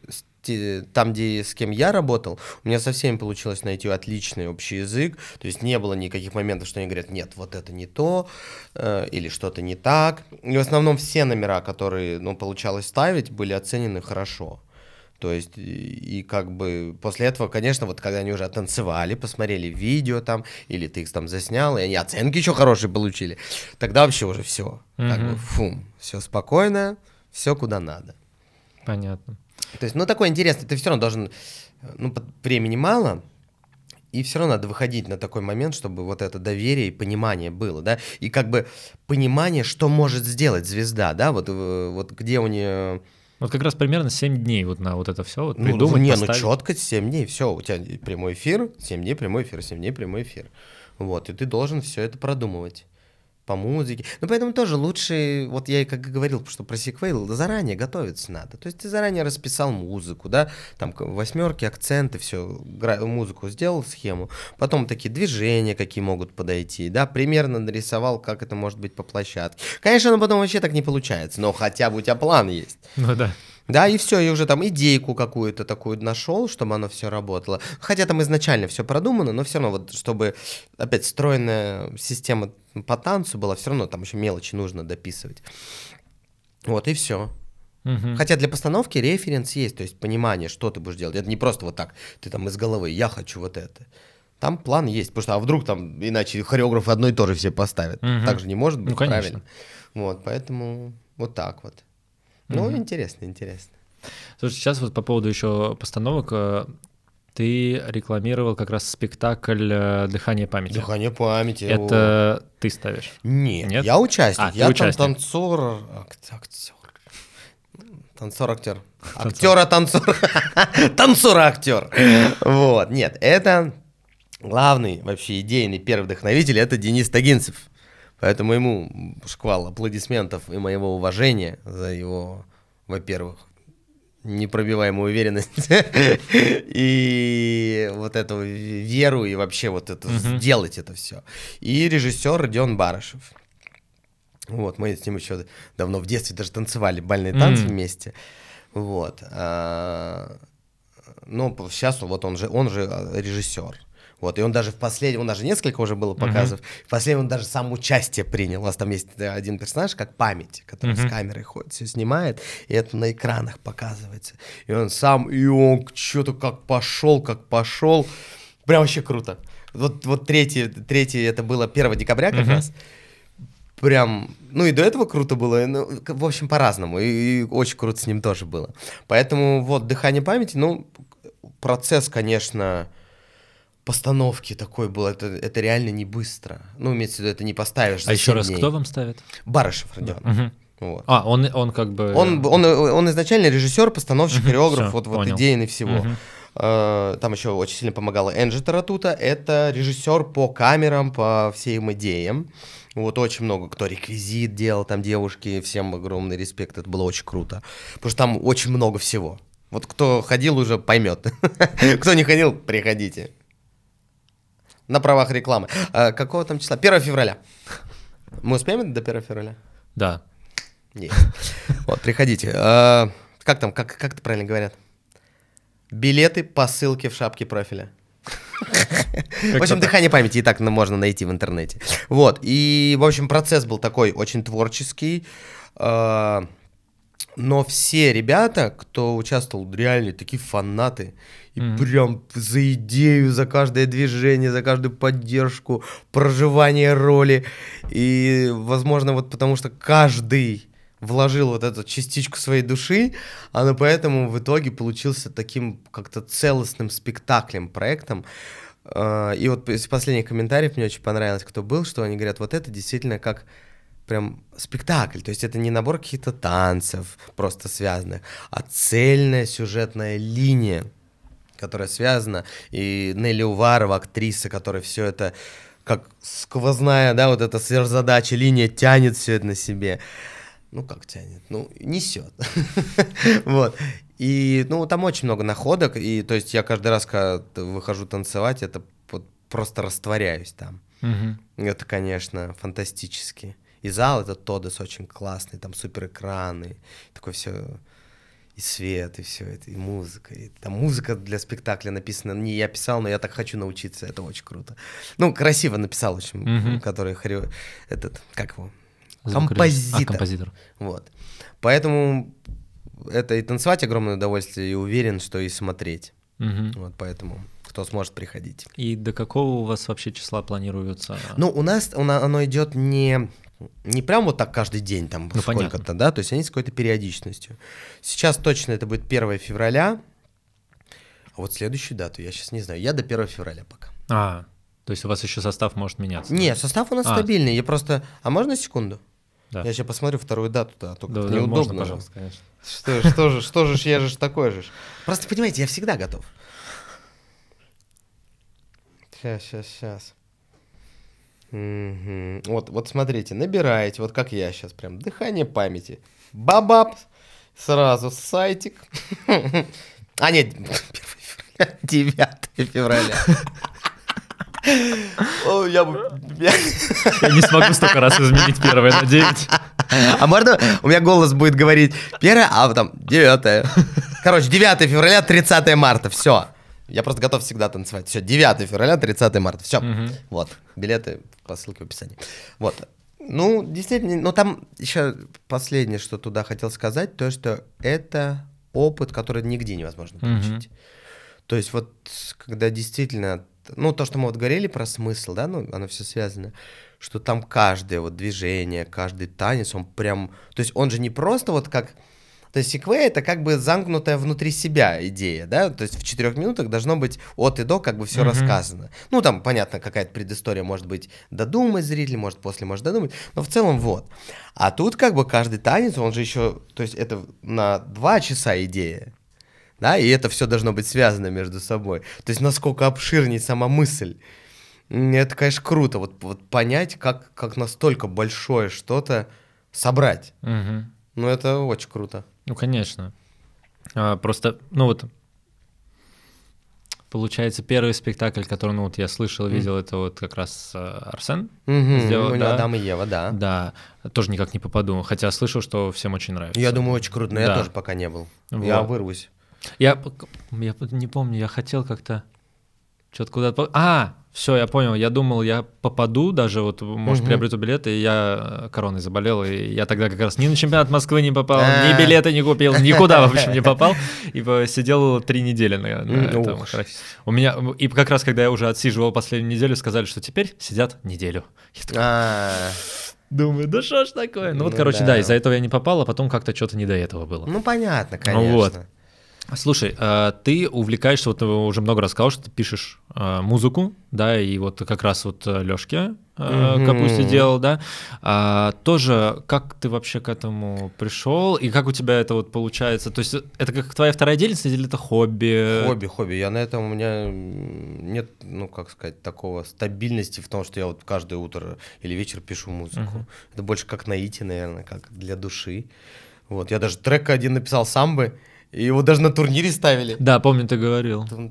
там, где с кем я работал, у меня со всеми получилось найти отличный общий язык, то есть не было никаких моментов, что они говорят, нет, вот это не то, или что-то не так. И в основном все номера, которые, ну, получалось ставить, были оценены хорошо. То есть, и как бы после этого, конечно, вот когда они уже оттанцевали, посмотрели видео там, или ты их там заснял, и они оценки еще хорошие получили, тогда вообще уже все, как бы, все спокойно, все куда надо. Понятно. То есть, ну, такое интересное, ты все равно должен, ну, времени мало, и все равно надо выходить на такой момент, чтобы вот это доверие и понимание было, да, и как бы понимание, что может сделать звезда, да, вот где у нее... Вот как раз примерно 7 дней вот на вот это все вот придумать, поставить. Четко 7 дней, все, у тебя прямой эфир, 7 дней прямой эфир, 7 дней прямой эфир, вот, и ты должен все это продумывать. По музыке. Ну, поэтому тоже лучше, вот я и как говорил, что про сиквел заранее готовиться надо. То есть ты заранее расписал музыку, да, там восьмерки, акценты, все, музыку сделал, схему, потом такие движения, какие могут подойти, да, примерно нарисовал, как это может быть по площадке. Конечно, потом вообще так не получается, но хотя бы у тебя план есть. Ну да. Да, и все, и уже там идейку какую-то такую нашел, чтобы оно все работало. Хотя там изначально все продумано, но все равно вот, чтобы опять стройная система по танцу была, все равно там еще мелочи нужно дописывать. Вот, и все. Хотя для постановки референс есть, то есть понимание, что ты будешь делать. Это не просто вот так, ты там из головы, я хочу вот это. Там план есть, потому что, а вдруг там, иначе хореографы одно и то же все поставят. Так же не может быть, ну, правильно? Вот, поэтому вот так вот. Ну, интересно. Слушай, сейчас вот по поводу еще постановок, ты рекламировал как раз спектакль «Дыхание памяти». «Дыхание памяти». Это ты ставишь? Нет? Я участник. Я участник. Там танцор, актер. Актер. Танцор-актер. Вот, нет, это главный вообще идейный первый вдохновитель, это Денис Тагинцев. Поэтому ему шквал аплодисментов и моего уважения за его, во-первых, непробиваемую уверенность и вот эту веру, и вообще вот это сделать это все. И режиссер Родион Барышев. Вот, мы с ним еще давно в детстве даже танцевали бальные танцы вместе. Вот. Но сейчас вот он же режиссер. Вот, и он даже в последнем, у нас же несколько уже было показов, в последнем он даже сам участие принял. У нас там есть один персонаж, как память, который с камерой ходит, все снимает, и это на экранах показывается. И он сам, и он что-то как пошел. Прям вообще круто. Вот третий это было 1 декабря как раз. Прям, ну и до этого круто было, ну, в общем, по-разному, и очень круто с ним тоже было. Поэтому вот «Дыхание памяти», ну, процесс, конечно, постановки такой был, это реально не быстро. Ну, имеется в виду, это не поставишь за 7 еще раз, дней. кто вам ставит? Барышев Родион. Мгм. Вот. Он как бы... Он изначально режиссер, постановщик, хореограф, Всё, вот понял. идейный всего. Мгм. Там еще очень сильно помогала Энджи Таратута, это режиссер по камерам, по всем идеям. Вот очень много кто реквизит делал, там девушки, всем огромный респект, это было очень круто. Потому что там очень много всего. Вот кто ходил, уже поймет. Кто не ходил, приходите. На правах рекламы. Какого там числа? 1 февраля. Мы успеем до 1 февраля? Да. Есть. Вот, приходите. Как там, как это правильно говорят? Билеты по ссылке в шапке профиля. В общем, «Дыхание памяти» и так можно найти в интернете. Вот, и, в общем, процесс был такой очень творческий, но все ребята, кто участвовал, реально такие фанаты, и прям за идею, за каждое движение, за каждую поддержку, проживание роли, и, возможно, вот потому что каждый вложил вот эту частичку своей души, но поэтому в итоге получился таким как-то целостным спектаклем, проектом. И вот из последних комментариев мне очень понравилось, кто был, что они говорят, вот это действительно как прям спектакль, то есть это не набор каких-то танцев просто связанных, а цельная сюжетная линия, которая связана, и Нелли Уварова, актриса, которая все это как сквозная, да, вот эта сверхзадача, линия тянет все это на себе. Ну, как тянет? Ну, несет. Вот. И, ну, там очень много находок, и, то есть, я каждый раз, когда выхожу танцевать, это вот просто растворяюсь там. Это, конечно, фантастически. И зал этот Тодес очень классный, там суперэкраны, такое все, и свет, и все это, и музыка. И там музыка для спектакля написана, не я писал, но я так хочу научиться, это очень круто. Ну, красиво написал очень, который этот, как его? Композитор. Вот. Поэтому это и танцевать огромное удовольствие, и уверен, что и смотреть. Вот поэтому кто сможет, приходить. И до какого у вас вообще числа планируется? Ну, у нас оно идет не прям вот так каждый день, там, ну, сколько-то, да, то есть они с какой-то периодичностью. Сейчас точно это будет 1 февраля, а вот следующую дату я сейчас не знаю. Я до 1 февраля пока. То есть у вас еще состав может меняться? Нет, состав у нас стабильный, я просто... А можно секунду? Да. Я сейчас посмотрю вторую дату-то, а то да, неудобно. Можно, пожалуйста, конечно. Что же, я же такой же. Просто, понимаете, я всегда готов. Сейчас. Вот смотрите, набираете, вот как я сейчас прям, «Дыхание памяти». Бабап, сразу сайтик. А нет, 9 февраля. Я не смогу столько раз изменить 1 на 9. А можно у меня голос будет говорить 1, а потом 9. Короче, 9 февраля, 30 марта, все. Я просто готов всегда танцевать. Все, 9 февраля, 30 марта, все. Вот, билеты по ссылке в описании. Вот. Ну, действительно, но там еще последнее, что туда хотел сказать, то, что это опыт, который нигде невозможно получить. То есть вот, когда действительно... Ну, то, что мы вот говорили про смысл, да, ну, оно все связано, что там каждое вот движение, каждый танец, он прям... То есть он же не просто вот как... То есть секвей — это как бы замкнутая внутри себя идея, да, то есть в 4 минутах должно быть от и до как бы все рассказано. Ну, там, понятно, какая-то предыстория может быть додумать зритель, может после, может додумать, но в целом вот. А тут как бы каждый танец, он же еще... То есть это на 2 часа идея. Да, и это все должно быть связано между собой. То есть насколько обширнее сама мысль. Это, конечно, круто. Вот понять, как настолько большое что-то собрать. Ну, это очень круто. Ну, конечно. Просто, ну вот, получается, первый спектакль, который, ну вот я слышал, видел, это вот как раз Арсен сделал. Ну, да? «Адам и Ева», да. Да, тоже никак не попаду, хотя слышал, что всем очень нравится. Я думаю, очень круто, но я тоже пока не был. Вот. Я вырвусь. Я не помню, я хотел как-то что-то куда-то... Все, я понял. Я думал, я попаду, даже вот, может, приобрету билеты, и я короной заболел, и я тогда как раз ни на чемпионат Москвы не попал, ни билеты не купил, никуда, в общем, не попал, и сидел 3 недели на этом. У меня, и как раз, когда я уже отсиживал последнюю неделю, сказали, что теперь сидят неделю. Думаю, да что ж такое? Ну вот, короче, да, из-за этого я не попал, а потом как-то что-то не до этого было. Ну, понятно, конечно. Вот. Слушай, ты увлекаешься, вот ты уже много раз сказал, что ты пишешь музыку, да, и вот как раз вот Лёшке Капусте делал, да. Тоже как ты вообще к этому пришел, и как у тебя это вот получается? То есть это как твоя вторая деятельность или это хобби? Хобби. Я на этом, у меня нет, ну, как сказать, такого стабильности в том, что я вот каждое утро или вечер пишу музыку. Это больше как наитие, наверное, как для души. Вот, я даже трек один написал самбы, и его даже на турнире ставили. Да, помню, ты говорил. Ну,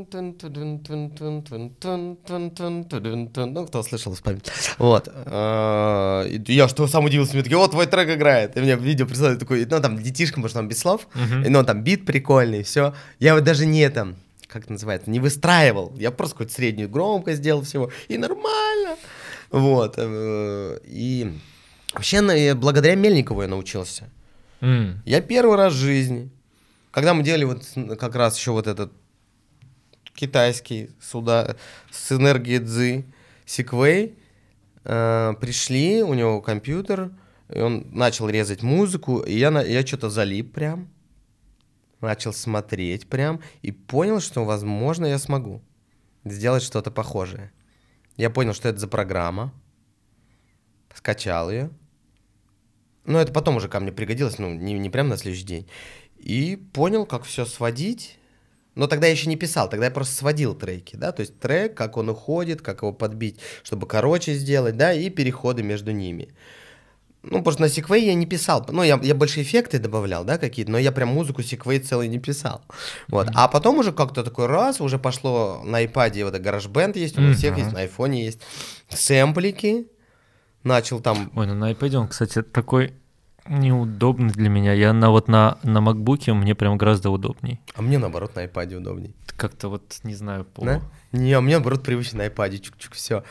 кто слышал, вспомнит. Вот. Я что сам удивился, мне такие, вот твой трек играет. И мне видео прислали такой, ну, там, детишкам, потому что там без слов, ну, там, бит прикольный, все. Я вот даже не там, как это называется, не выстраивал. Я просто какую-то среднюю громкость сделал всего, и нормально. Вот. И вообще, благодаря Мельникову я научился. Я первый раз в жизни, когда мы делали вот как раз еще вот этот китайский сюда с энергией Цзы, Sequay, пришли, у него компьютер, и он начал резать музыку, и я что-то залип прям, начал смотреть прям, и понял, что, возможно, я смогу сделать что-то похожее. Я понял, что это за программа, скачал ее. Но это потом уже ко мне пригодилось, ну, не прям на следующий день. И понял, как все сводить. Но тогда я еще не писал, тогда я просто сводил треки, да, то есть трек, как он уходит, как его подбить, чтобы короче сделать, да, и переходы между ними. Ну, потому что на Sequay я не писал, ну, я больше эффекты добавлял, да, какие-то, но я прям музыку Sequay целый не писал. Вот, а потом уже как-то такой раз, уже пошло на iPad, вот GarageBand есть, у всех есть, на айфоне есть, сэмплики. Начал там... Ой, ну на iPad он, кстати, такой неудобный для меня. Я на MacBook'е мне прям гораздо удобней. А мне, наоборот, на iPad'е удобней. Как-то вот, не знаю, Да? Не, мне, наоборот, привычно на iPad'е, чук-чук, все.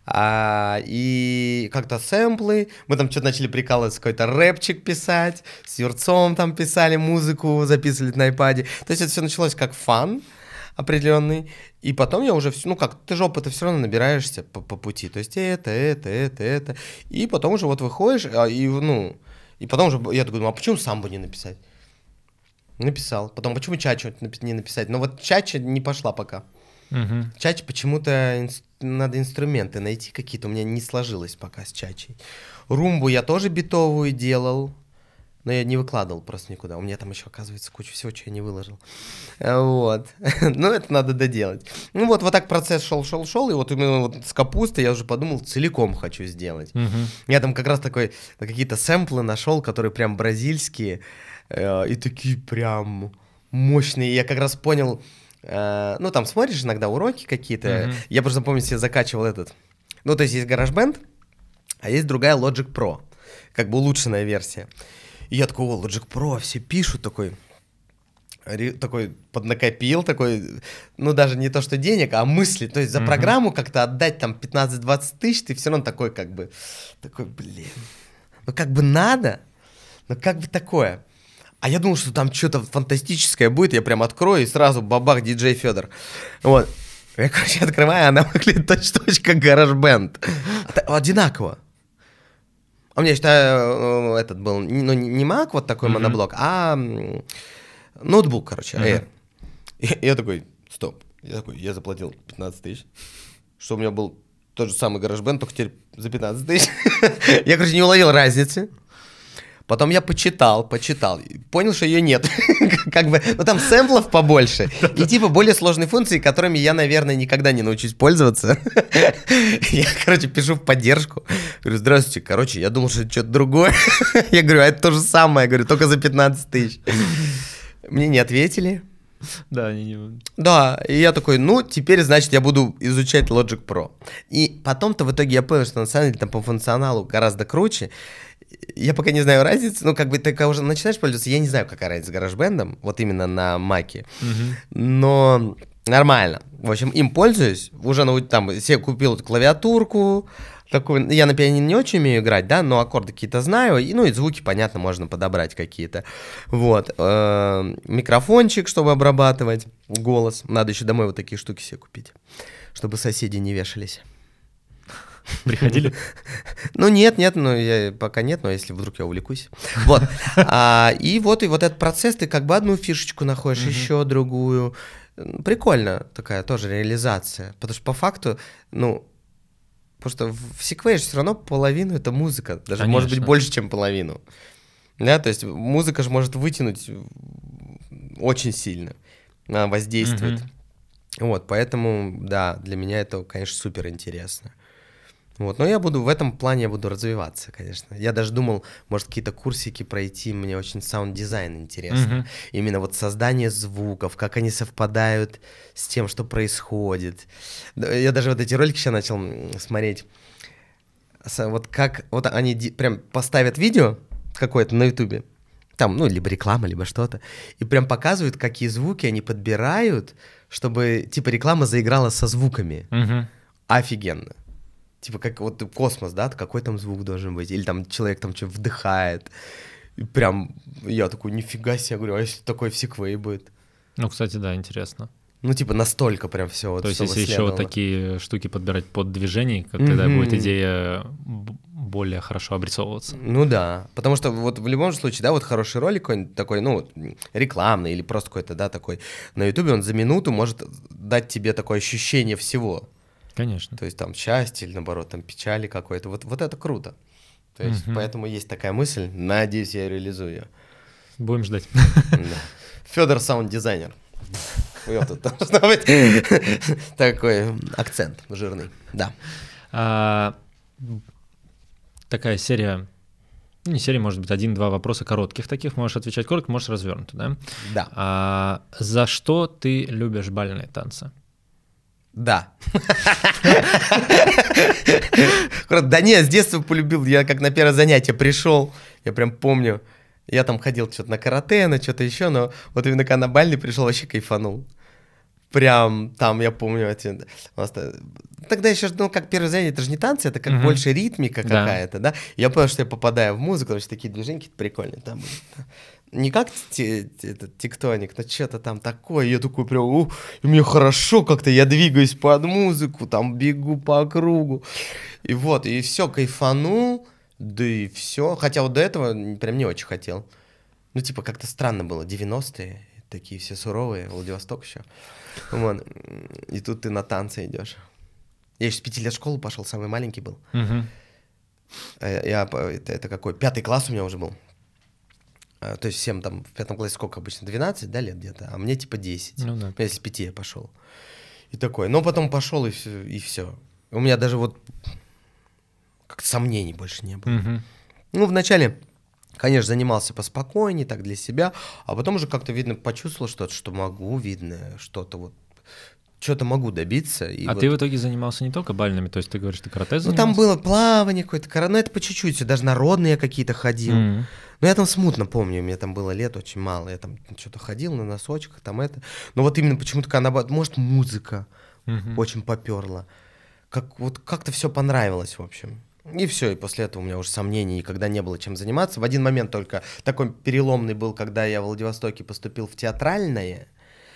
И как-то сэмплы, мы там что-то начали прикалываться, какой-то рэпчик писать, с Юрцом там писали музыку, записывали на iPad'е. То есть это все началось как фан определенный, и потом я уже все, ну как, ты же опыта все равно набираешься по пути, то есть это, и потом уже вот выходишь, и потом уже я такой думаю, а почему самбо не написать? Написал, потом почему чачу не написать? Но вот чача не пошла пока. Чача почему-то надо инструменты найти какие-то, у меня не сложилось пока с чачей. Румбу я тоже битовую делал, но я не выкладывал просто никуда. У меня там еще, оказывается, куча всего, что я не выложил. Вот. Ну, это надо доделать. Ну, вот так процесс шел, и вот именно вот с капустой я уже подумал, целиком хочу сделать. Я там как раз такой, какие-то сэмплы нашел, которые прям бразильские, и такие прям мощные. Я как раз понял, ну, там смотришь иногда уроки какие-то. Я просто помню, себе закачивал этот. Ну, то есть есть GarageBand, а есть другая Logic Pro, как бы улучшенная версия. И я такой, Logic Pro, все пишут, такой поднакопил, такой, ну, даже не то, что денег, а мысли. То есть за программу как-то отдать там 15-20 тысяч, ты все равно такой, блин, ну, как бы надо, но как бы такое. А я думал, что там что-то фантастическое будет, я прям открою и сразу бабах, диджей Федор. Вот. Я, короче, открываю, она выглядит точно как GarageBand. Одинаково. У меня, считаю, этот был, ну, не Mac, вот такой моноблок, а ноутбук, короче, Air. И я такой, стоп. Я заплатил 15 тысяч, что у меня был тот же самый GarageBand, только теперь за 15 тысяч. Я, короче, не уловил разницы. Потом я почитал, понял, что ее нет. Как бы, ну там сэмплов побольше. И типа более сложные функции, которыми я, наверное, никогда не научусь пользоваться. Я, короче, пишу в поддержку. Говорю, здравствуйте, короче, я думал, что это что-то другое. Я говорю, а это то же самое, говорю, только за 15 тысяч. Мне не ответили. Да, они не... Да, и я такой, ну, теперь, значит, я буду изучать Logic Pro. И потом-то в итоге я понял, что на самом деле там по функционалу гораздо круче. Я пока не знаю разницы, ну, как бы ты когда уже начинаешь пользоваться, я не знаю, какая разница с GarageBand, вот именно на Mac'е. Но Нормально. В общем, им пользуюсь. Уже там себе купил клавиатурку. Такую. Я на пианино не очень умею играть, да, но аккорды какие-то знаю. И, и звуки, понятно, можно подобрать какие-то. Вот. Микрофончик, чтобы обрабатывать голос. Надо еще домой вот такие штуки себе купить, чтобы соседи не вешались. Приходили? Ну, нет, я пока нет, но если вдруг я увлекусь. Вот. И вот этот процесс, ты как бы одну фишечку находишь, еще другую. Прикольно такая тоже реализация. Потому что по факту, потому что в Sequay все равно половину это музыка. Даже Конечно. может быть больше, чем половину. Да, то есть музыка же может вытянуть очень сильно. Она воздействует. Вот, поэтому, да, для меня это, конечно, супер интересно. Вот, но в этом плане я буду развиваться, конечно. Я даже думал, может, какие-то курсики пройти, мне очень саунд-дизайн интересно. Именно вот создание звуков, как они совпадают с тем, что происходит. Я даже вот эти ролики сейчас начал смотреть. Вот как вот они прям поставят видео какое-то на Ютубе, там, либо реклама, либо что-то, и прям показывают, какие звуки они подбирают, чтобы, типа, реклама заиграла со звуками. Офигенно. Типа, как вот космос, да, какой там звук должен быть, или там человек там что-то вдыхает. И прям я такой, нифига себе, говорю, а если такой в Sequay будет? Ну, кстати, да, интересно. Типа, настолько прям все вот. То есть, если еще вот такие штуки подбирать под движение, тогда будет идея более хорошо обрисовываться. Ну да, потому что вот в любом случае, да, вот хороший ролик какой-нибудь такой, рекламный или просто какой-то, да, такой, на Ютубе он за минуту может дать тебе такое ощущение всего. Конечно. То есть там счастье или наоборот там печали какой-то. Вот это круто. То есть поэтому есть такая мысль. Надеюсь, я реализую ее. Будем ждать. Федор саунд-дизайнер. Вот тут должен быть такой акцент жирный. Да. Такая серия. Не серия, может быть, 1-2 вопроса коротких таких. Можешь отвечать коротко, можешь развернуто, да? Да. За что ты любишь бальные танцы? Да. Да нет, с детства полюбил. Я как на первое занятие пришел, я прям помню. Я там ходил что-то на карате, на что-то еще, но вот именно когда на бальный пришел, вообще кайфанул. Прям там, я помню, тогда еще, как первое занятие, это же не танцы, это как больше ритмика какая-то, да? Я понял, что я попадаю в музыку, потому что такие движения какие-то прикольные там были. Не как тектоник, но что-то там такое. Я такой прям, мне хорошо как-то, я двигаюсь под музыку, там бегу по кругу. И вот, и все, кайфанул, да и все. Хотя вот до этого прям не очень хотел. Типа как-то странно было, 90-е, такие все суровые, Владивосток еще. Вот. И тут ты на танцы идешь. Я еще с 5 лет в школу пошел, самый маленький был. Это какой? 5 класс у меня уже был. То есть всем там в 5 классе сколько обычно? 12, да, лет где-то? А мне типа 10. Ну да. Если с 5 я пошел. И такой. Но потом пошел, и все. У меня даже вот как-то сомнений больше не было. Вначале, конечно, занимался поспокойнее, так для себя. А потом уже как-то, видно, почувствовал что-то, что могу, видно, что-то вот. Что-то могу добиться. И ты в итоге занимался не только бальными, то есть ты говоришь, ты карате занимался? Там было плавание какое-то, но это по чуть-чуть, даже народные какие-то ходил. Но я там смутно помню, мне там было лет очень мало, я там что-то ходил на носочках, там это. Но вот именно почему-то, может, музыка очень поперла. Как-то все понравилось, в общем. И все, и после этого у меня уже сомнений никогда не было чем заниматься. В один момент только такой переломный был, когда я в Владивостоке поступил в театральное.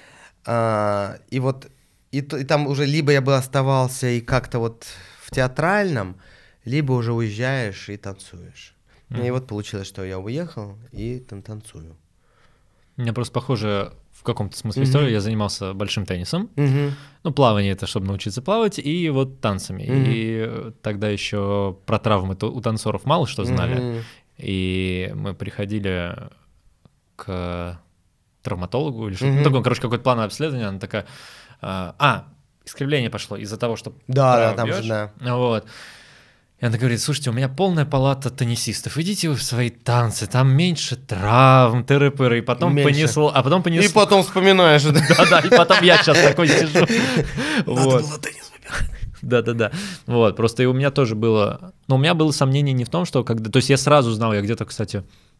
И вот и там уже либо я бы оставался и как-то вот в театральном, либо уже уезжаешь и танцуешь. И вот получилось, что я уехал и танцую. У меня просто похоже в каком-то смысле история. Я занимался большим теннисом. Плавание — это чтобы научиться плавать, и вот танцами. И тогда еще про травмы у танцоров мало что знали. И мы приходили к травматологу или что-то такое. Короче, какое-то плановое обследование. Она такая... искривление пошло из-за того, что... Да, там же, да. Вот. И она говорит, слушайте, у меня полная палата теннисистов, идите вы в свои танцы, там меньше травм, тыры-пыры, и потом понесло. И потом вспоминаешь. Да-да, и потом я сейчас такой сижу. Надо было теннис выбирать. Да-да-да. Вот, просто и у меня тоже было... Но у меня было сомнение не в том, что когда... То есть я сразу знал, я где-то, кстати,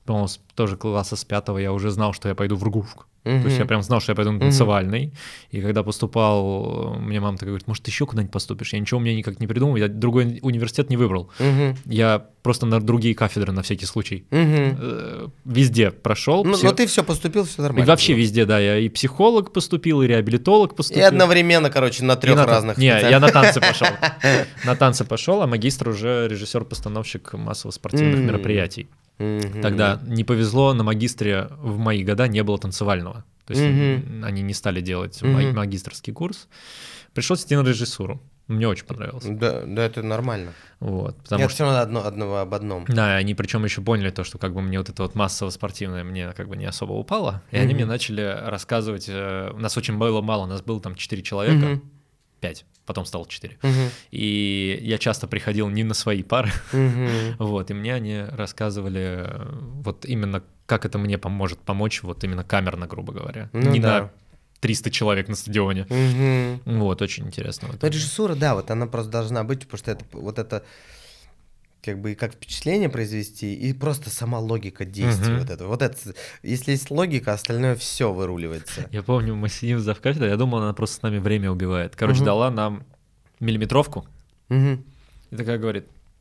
по-моему, тоже класса с 5 я уже знал, что я пойду в РГУФ. То есть я прям знал, что я пойду на танцевальный. И когда поступал, мне мама такая говорит, может, ты еще куда-нибудь поступишь? Я ничего у меня никак не придумал, я другой университет не выбрал. Я просто на другие кафедры на всякий случай. Везде прошел. Но ты все поступил, все нормально. И вообще везде, да. Я и психолог поступил, и реабилитолог поступил. И одновременно, короче, на 3 разных. Не, я на танцы пошел. На танцы пошел, а магистр уже режиссер-постановщик массово-спортивных мероприятий. Тогда не повезло, на магистре в мои года не было танцевального. То есть они не стали делать магистрский курс. Пришлось идти на режиссуру. Мне очень понравилось. Да, это нормально. Вот, потому что все равно одно об одном. Да, они причем еще поняли то, что как бы мне вот это вот массово-спортивное мне как бы не особо упало. И они мне начали рассказывать. У нас очень было мало, у нас было там 4 человека, 5. Потом стало 4. И я часто приходил не на свои пары. Вот, и мне они рассказывали вот именно, как это мне поможет помочь, вот именно камерно, грубо говоря. Не на 300 человек на стадионе. Вот, очень интересно. Но режиссура, да, вот она просто должна быть, потому что это вот это как бы и как впечатление произвести, и просто сама логика действий. Вот это. Если есть логика, остальное все выруливается. Я помню, мы сидим в завкафедре, я думал, она просто с нами время убивает. Короче, дала нам миллиметровку, и такая говорит,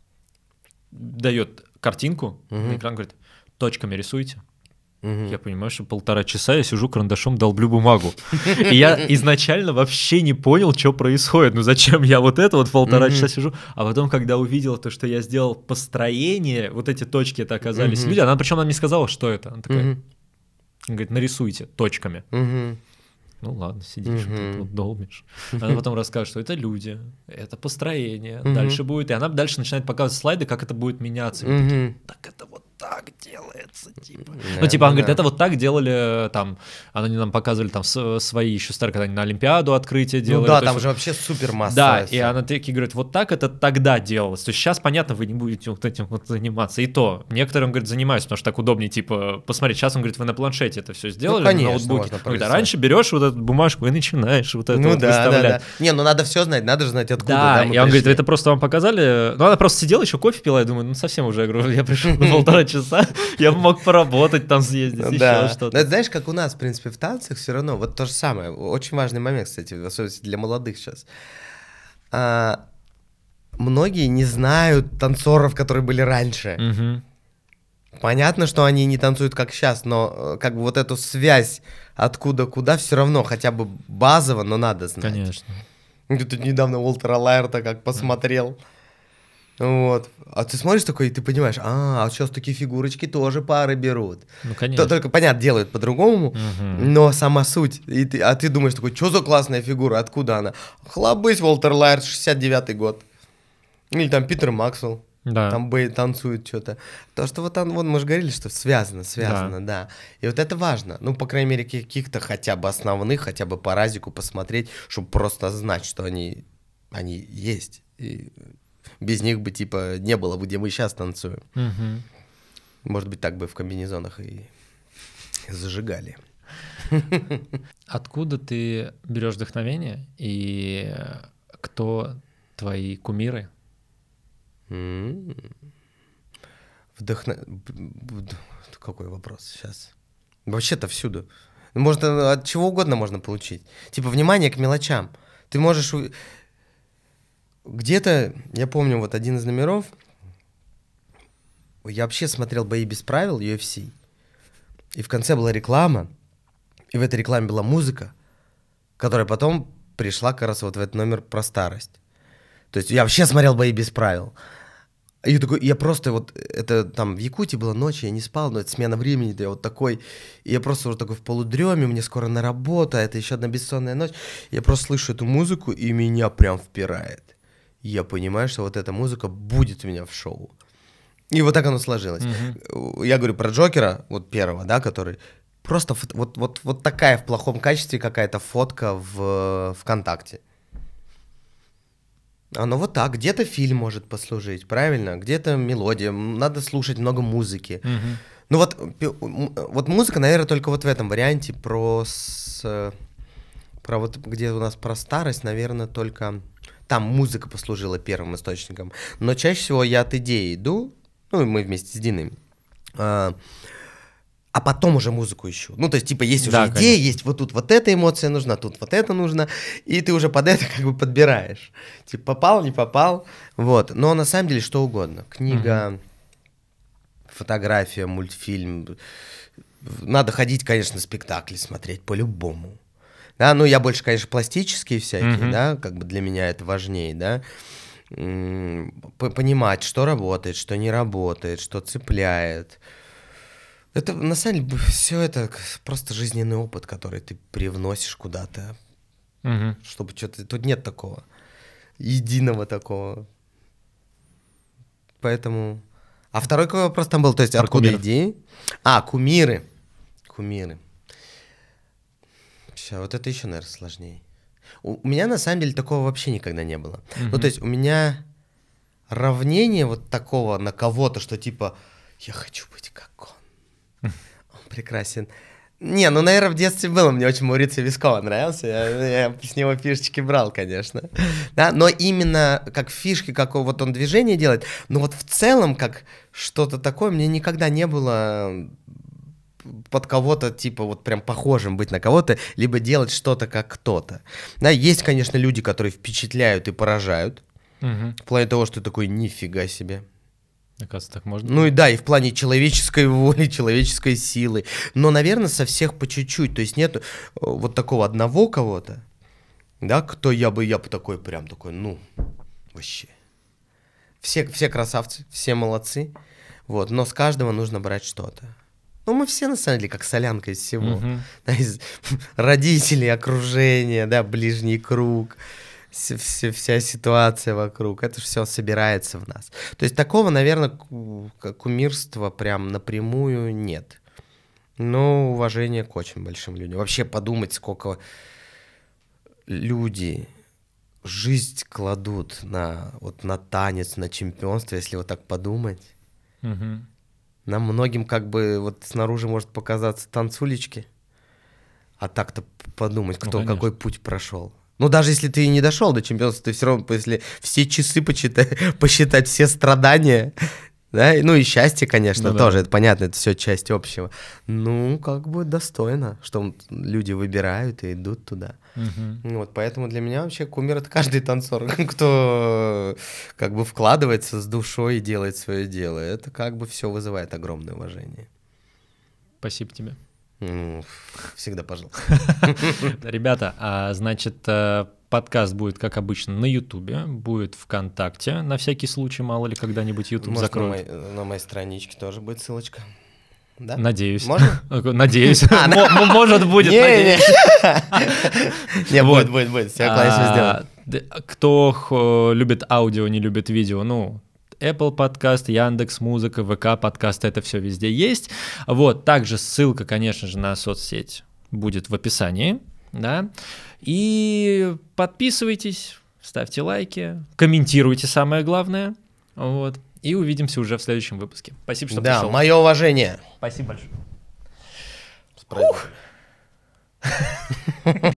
дает картинку, на экран говорит, точками рисуйте. Я понимаю, что 1,5 часа я сижу карандашом, долблю бумагу. И я изначально вообще не понял, что происходит. Ну зачем я вот это вот 1,5 часа сижу? А потом, когда увидела то, что я сделал построение, вот эти точки это оказались люди. Она причем нам не сказала, что это. Она такая, она говорит, нарисуйте точками. Ну ладно, сидишь, вот долбишь. Она потом расскажет, что это люди, это построение, дальше будет. И она дальше начинает показывать слайды, как это будет меняться. Мы такие, так это вот так делается, типа. Ну, типа, она говорит, это вот так делали, там, они нам показывали там свои еще старые, когда они на Олимпиаду открытие делали. Ну да, там же вообще супер массово. Да, и она такие говорит, вот так это тогда делалось. То есть сейчас, понятно, вы не будете вот этим вот заниматься. И то, некоторым, говорит, занимаюсь, потому что так удобнее, типа, посмотреть. Сейчас он говорит, вы на планшете это все сделали, ну, конечно, на ноутбуке. Говорит, а раньше берешь вот эту бумажку и начинаешь вот это вот выставлять. Да. Не, ну надо все знать, надо же знать откуда. Да, и он говорит, это просто вам показали. Ну, она просто сидела, еще кофе пила, я думаю, ну совсем уже, я говорю, я пришел на 1,5 часа, я мог поработать там, съездить, еще что-то. Но это знаешь, как у нас, в принципе, в танцах все равно, вот то же самое, очень важный момент, кстати, в особенности для молодых сейчас. Многие не знают танцоров, которые были раньше. Понятно, что они не танцуют как сейчас, но как бы вот эту связь откуда куда все равно хотя бы базово, но надо знать. Конечно. Я тут недавно Уолтера Лайерта как посмотрел. Вот. А ты смотришь такой, и ты понимаешь, а сейчас такие фигурочки тоже пары берут. Ну, конечно. Только, понятно, делают по-другому, но сама суть. А ты думаешь такой, что за классная фигура, откуда она? Хлобысь, Уолтер Лайерт, 69-й год. Или там Питер Максвелл. Да. Там танцуют что-то. То, что вот мы же говорили, что связано, да. И вот это важно. Ну, по крайней мере, каких-то хотя бы основных, хотя бы по разику посмотреть, чтобы просто знать, что они есть. И без них бы, типа, не было бы, где мы сейчас танцуем. Может быть, так бы в комбинезонах и зажигали. Откуда ты берешь вдохновение и кто твои кумиры? Какой вопрос сейчас? Вообще-то всюду. Можно от чего угодно можно получить. Типа внимание к мелочам. Ты можешь где-то, я помню, вот один из номеров, я вообще смотрел бои без правил UFC, и в конце была реклама, и в этой рекламе была музыка, которая потом пришла как раз вот в этот номер про старость. То есть я вообще смотрел бои без правил. И я просто вот, это там в Якутии была ночь, я не спал, но это смена времени, да я вот такой, и я просто уже такой в полудреме, мне скоро на работу, а это еще одна бессонная ночь. Я просто слышу эту музыку, и меня прям впирает. Я понимаю, что вот эта музыка будет у меня в шоу. И вот так оно сложилось. Я говорю про Джокера, вот первого, да, который... Просто вот такая в плохом качестве какая-то фотка в ВКонтакте. Оно вот так, где-то фильм может послужить, правильно? Где-то мелодия, надо слушать много музыки. Ну вот музыка, наверное, только вот в этом варианте про вот где у нас про старость, наверное, только там музыка послужила первым источником. Но чаще всего я от идеи иду, ну и мы вместе с Диной А потом уже музыку ищу. Ну, то есть, типа, есть уже Да, идея, конечно. есть вот тут вот эта эмоция нужна, тут вот это нужно, и ты уже под это как бы подбираешь. Типа, попал, не попал, вот. Но на самом деле что угодно. Книга, фотография, мультфильм. Надо ходить, конечно, спектакли смотреть по-любому. Да, ну, я больше, конечно, пластические всякие, да, как бы для меня это важнее, да. Понимать, что работает, что не работает, что цепляет. Это, на самом деле, все это просто жизненный опыт, который ты привносишь куда-то, чтобы что-то... Тут нет такого, единого такого. Поэтому... А второй какой вопрос там был? То есть Про откуда кумиров. идеи? Кумиры. Кумиры. Все, вот это еще, наверное, сложнее. У меня, на самом деле, такого вообще никогда не было. Ну, то есть у меня равнение вот такого на кого-то, что типа, я хочу быть как он. Он прекрасен. Не, ну, наверное, в детстве было. Мне очень Маурицио Вескова нравился. Я с него фишечки брал, конечно. Да, но именно как фишки, как вот он движение делает, но вот в целом, как что-то такое, мне никогда не было под кого-то, типа, вот прям похожим быть на кого-то, либо делать что-то как кто-то. Да, есть, конечно, люди, которые впечатляют и поражают. В плане того, что ты такой, нифига себе. Оказывается, так можно. Ну и да, и в плане человеческой воли, человеческой силы. Но, наверное, со всех по чуть-чуть. То есть нет вот такого одного кого-то, да, кто я бы такой, прям такой, ну, вообще. Все красавцы, все молодцы. Вот, но с каждого нужно брать что-то. Ну, мы все, на самом деле, как солянка из всего. Да, из родителей, окружения, да, ближний круг. Вся ситуация вокруг, это же все собирается в нас. То есть такого, наверное, кумирства прям напрямую нет. Но уважение к очень большим людям. Вообще подумать, сколько люди жизнь кладут на танец, на чемпионство, если вот так подумать. Нам многим как бы вот снаружи может показаться танцулечки, а так-то подумать, кто какой путь прошел. Ну, даже если ты и не дошел до чемпионства, ты все равно, если все часы посчитать все страдания, да, ну и счастье, конечно, ну, тоже, да. это понятно, это все часть общего. Ну, как бы достойно, что люди выбирают и идут туда. Вот, поэтому для меня вообще кумир — это каждый танцор, кто как бы вкладывается с душой и делает свое дело. Это как бы все вызывает огромное уважение. Спасибо тебе. Всегда, пожалуйста. Ребята, значит, подкаст будет, как обычно, на Ютубе, будет ВКонтакте, на всякий случай, мало ли, когда-нибудь Ютуб закроют. На моей страничке тоже будет ссылочка. Да? Надеюсь. Можно? Надеюсь. Может, будет, надеюсь. Не, будет. Все классно сделано. Кто любит аудио, не любит видео, ну... Apple подкаст, Яндекс.Музыка, ВК подкаст, это все везде есть. Вот, также ссылка, конечно же, на соцсеть будет в описании, да. И подписывайтесь, ставьте лайки, комментируйте, самое главное, вот. И увидимся уже в следующем выпуске. Спасибо, что пришел. Да, мое уважение. Спасибо большое. С праздником.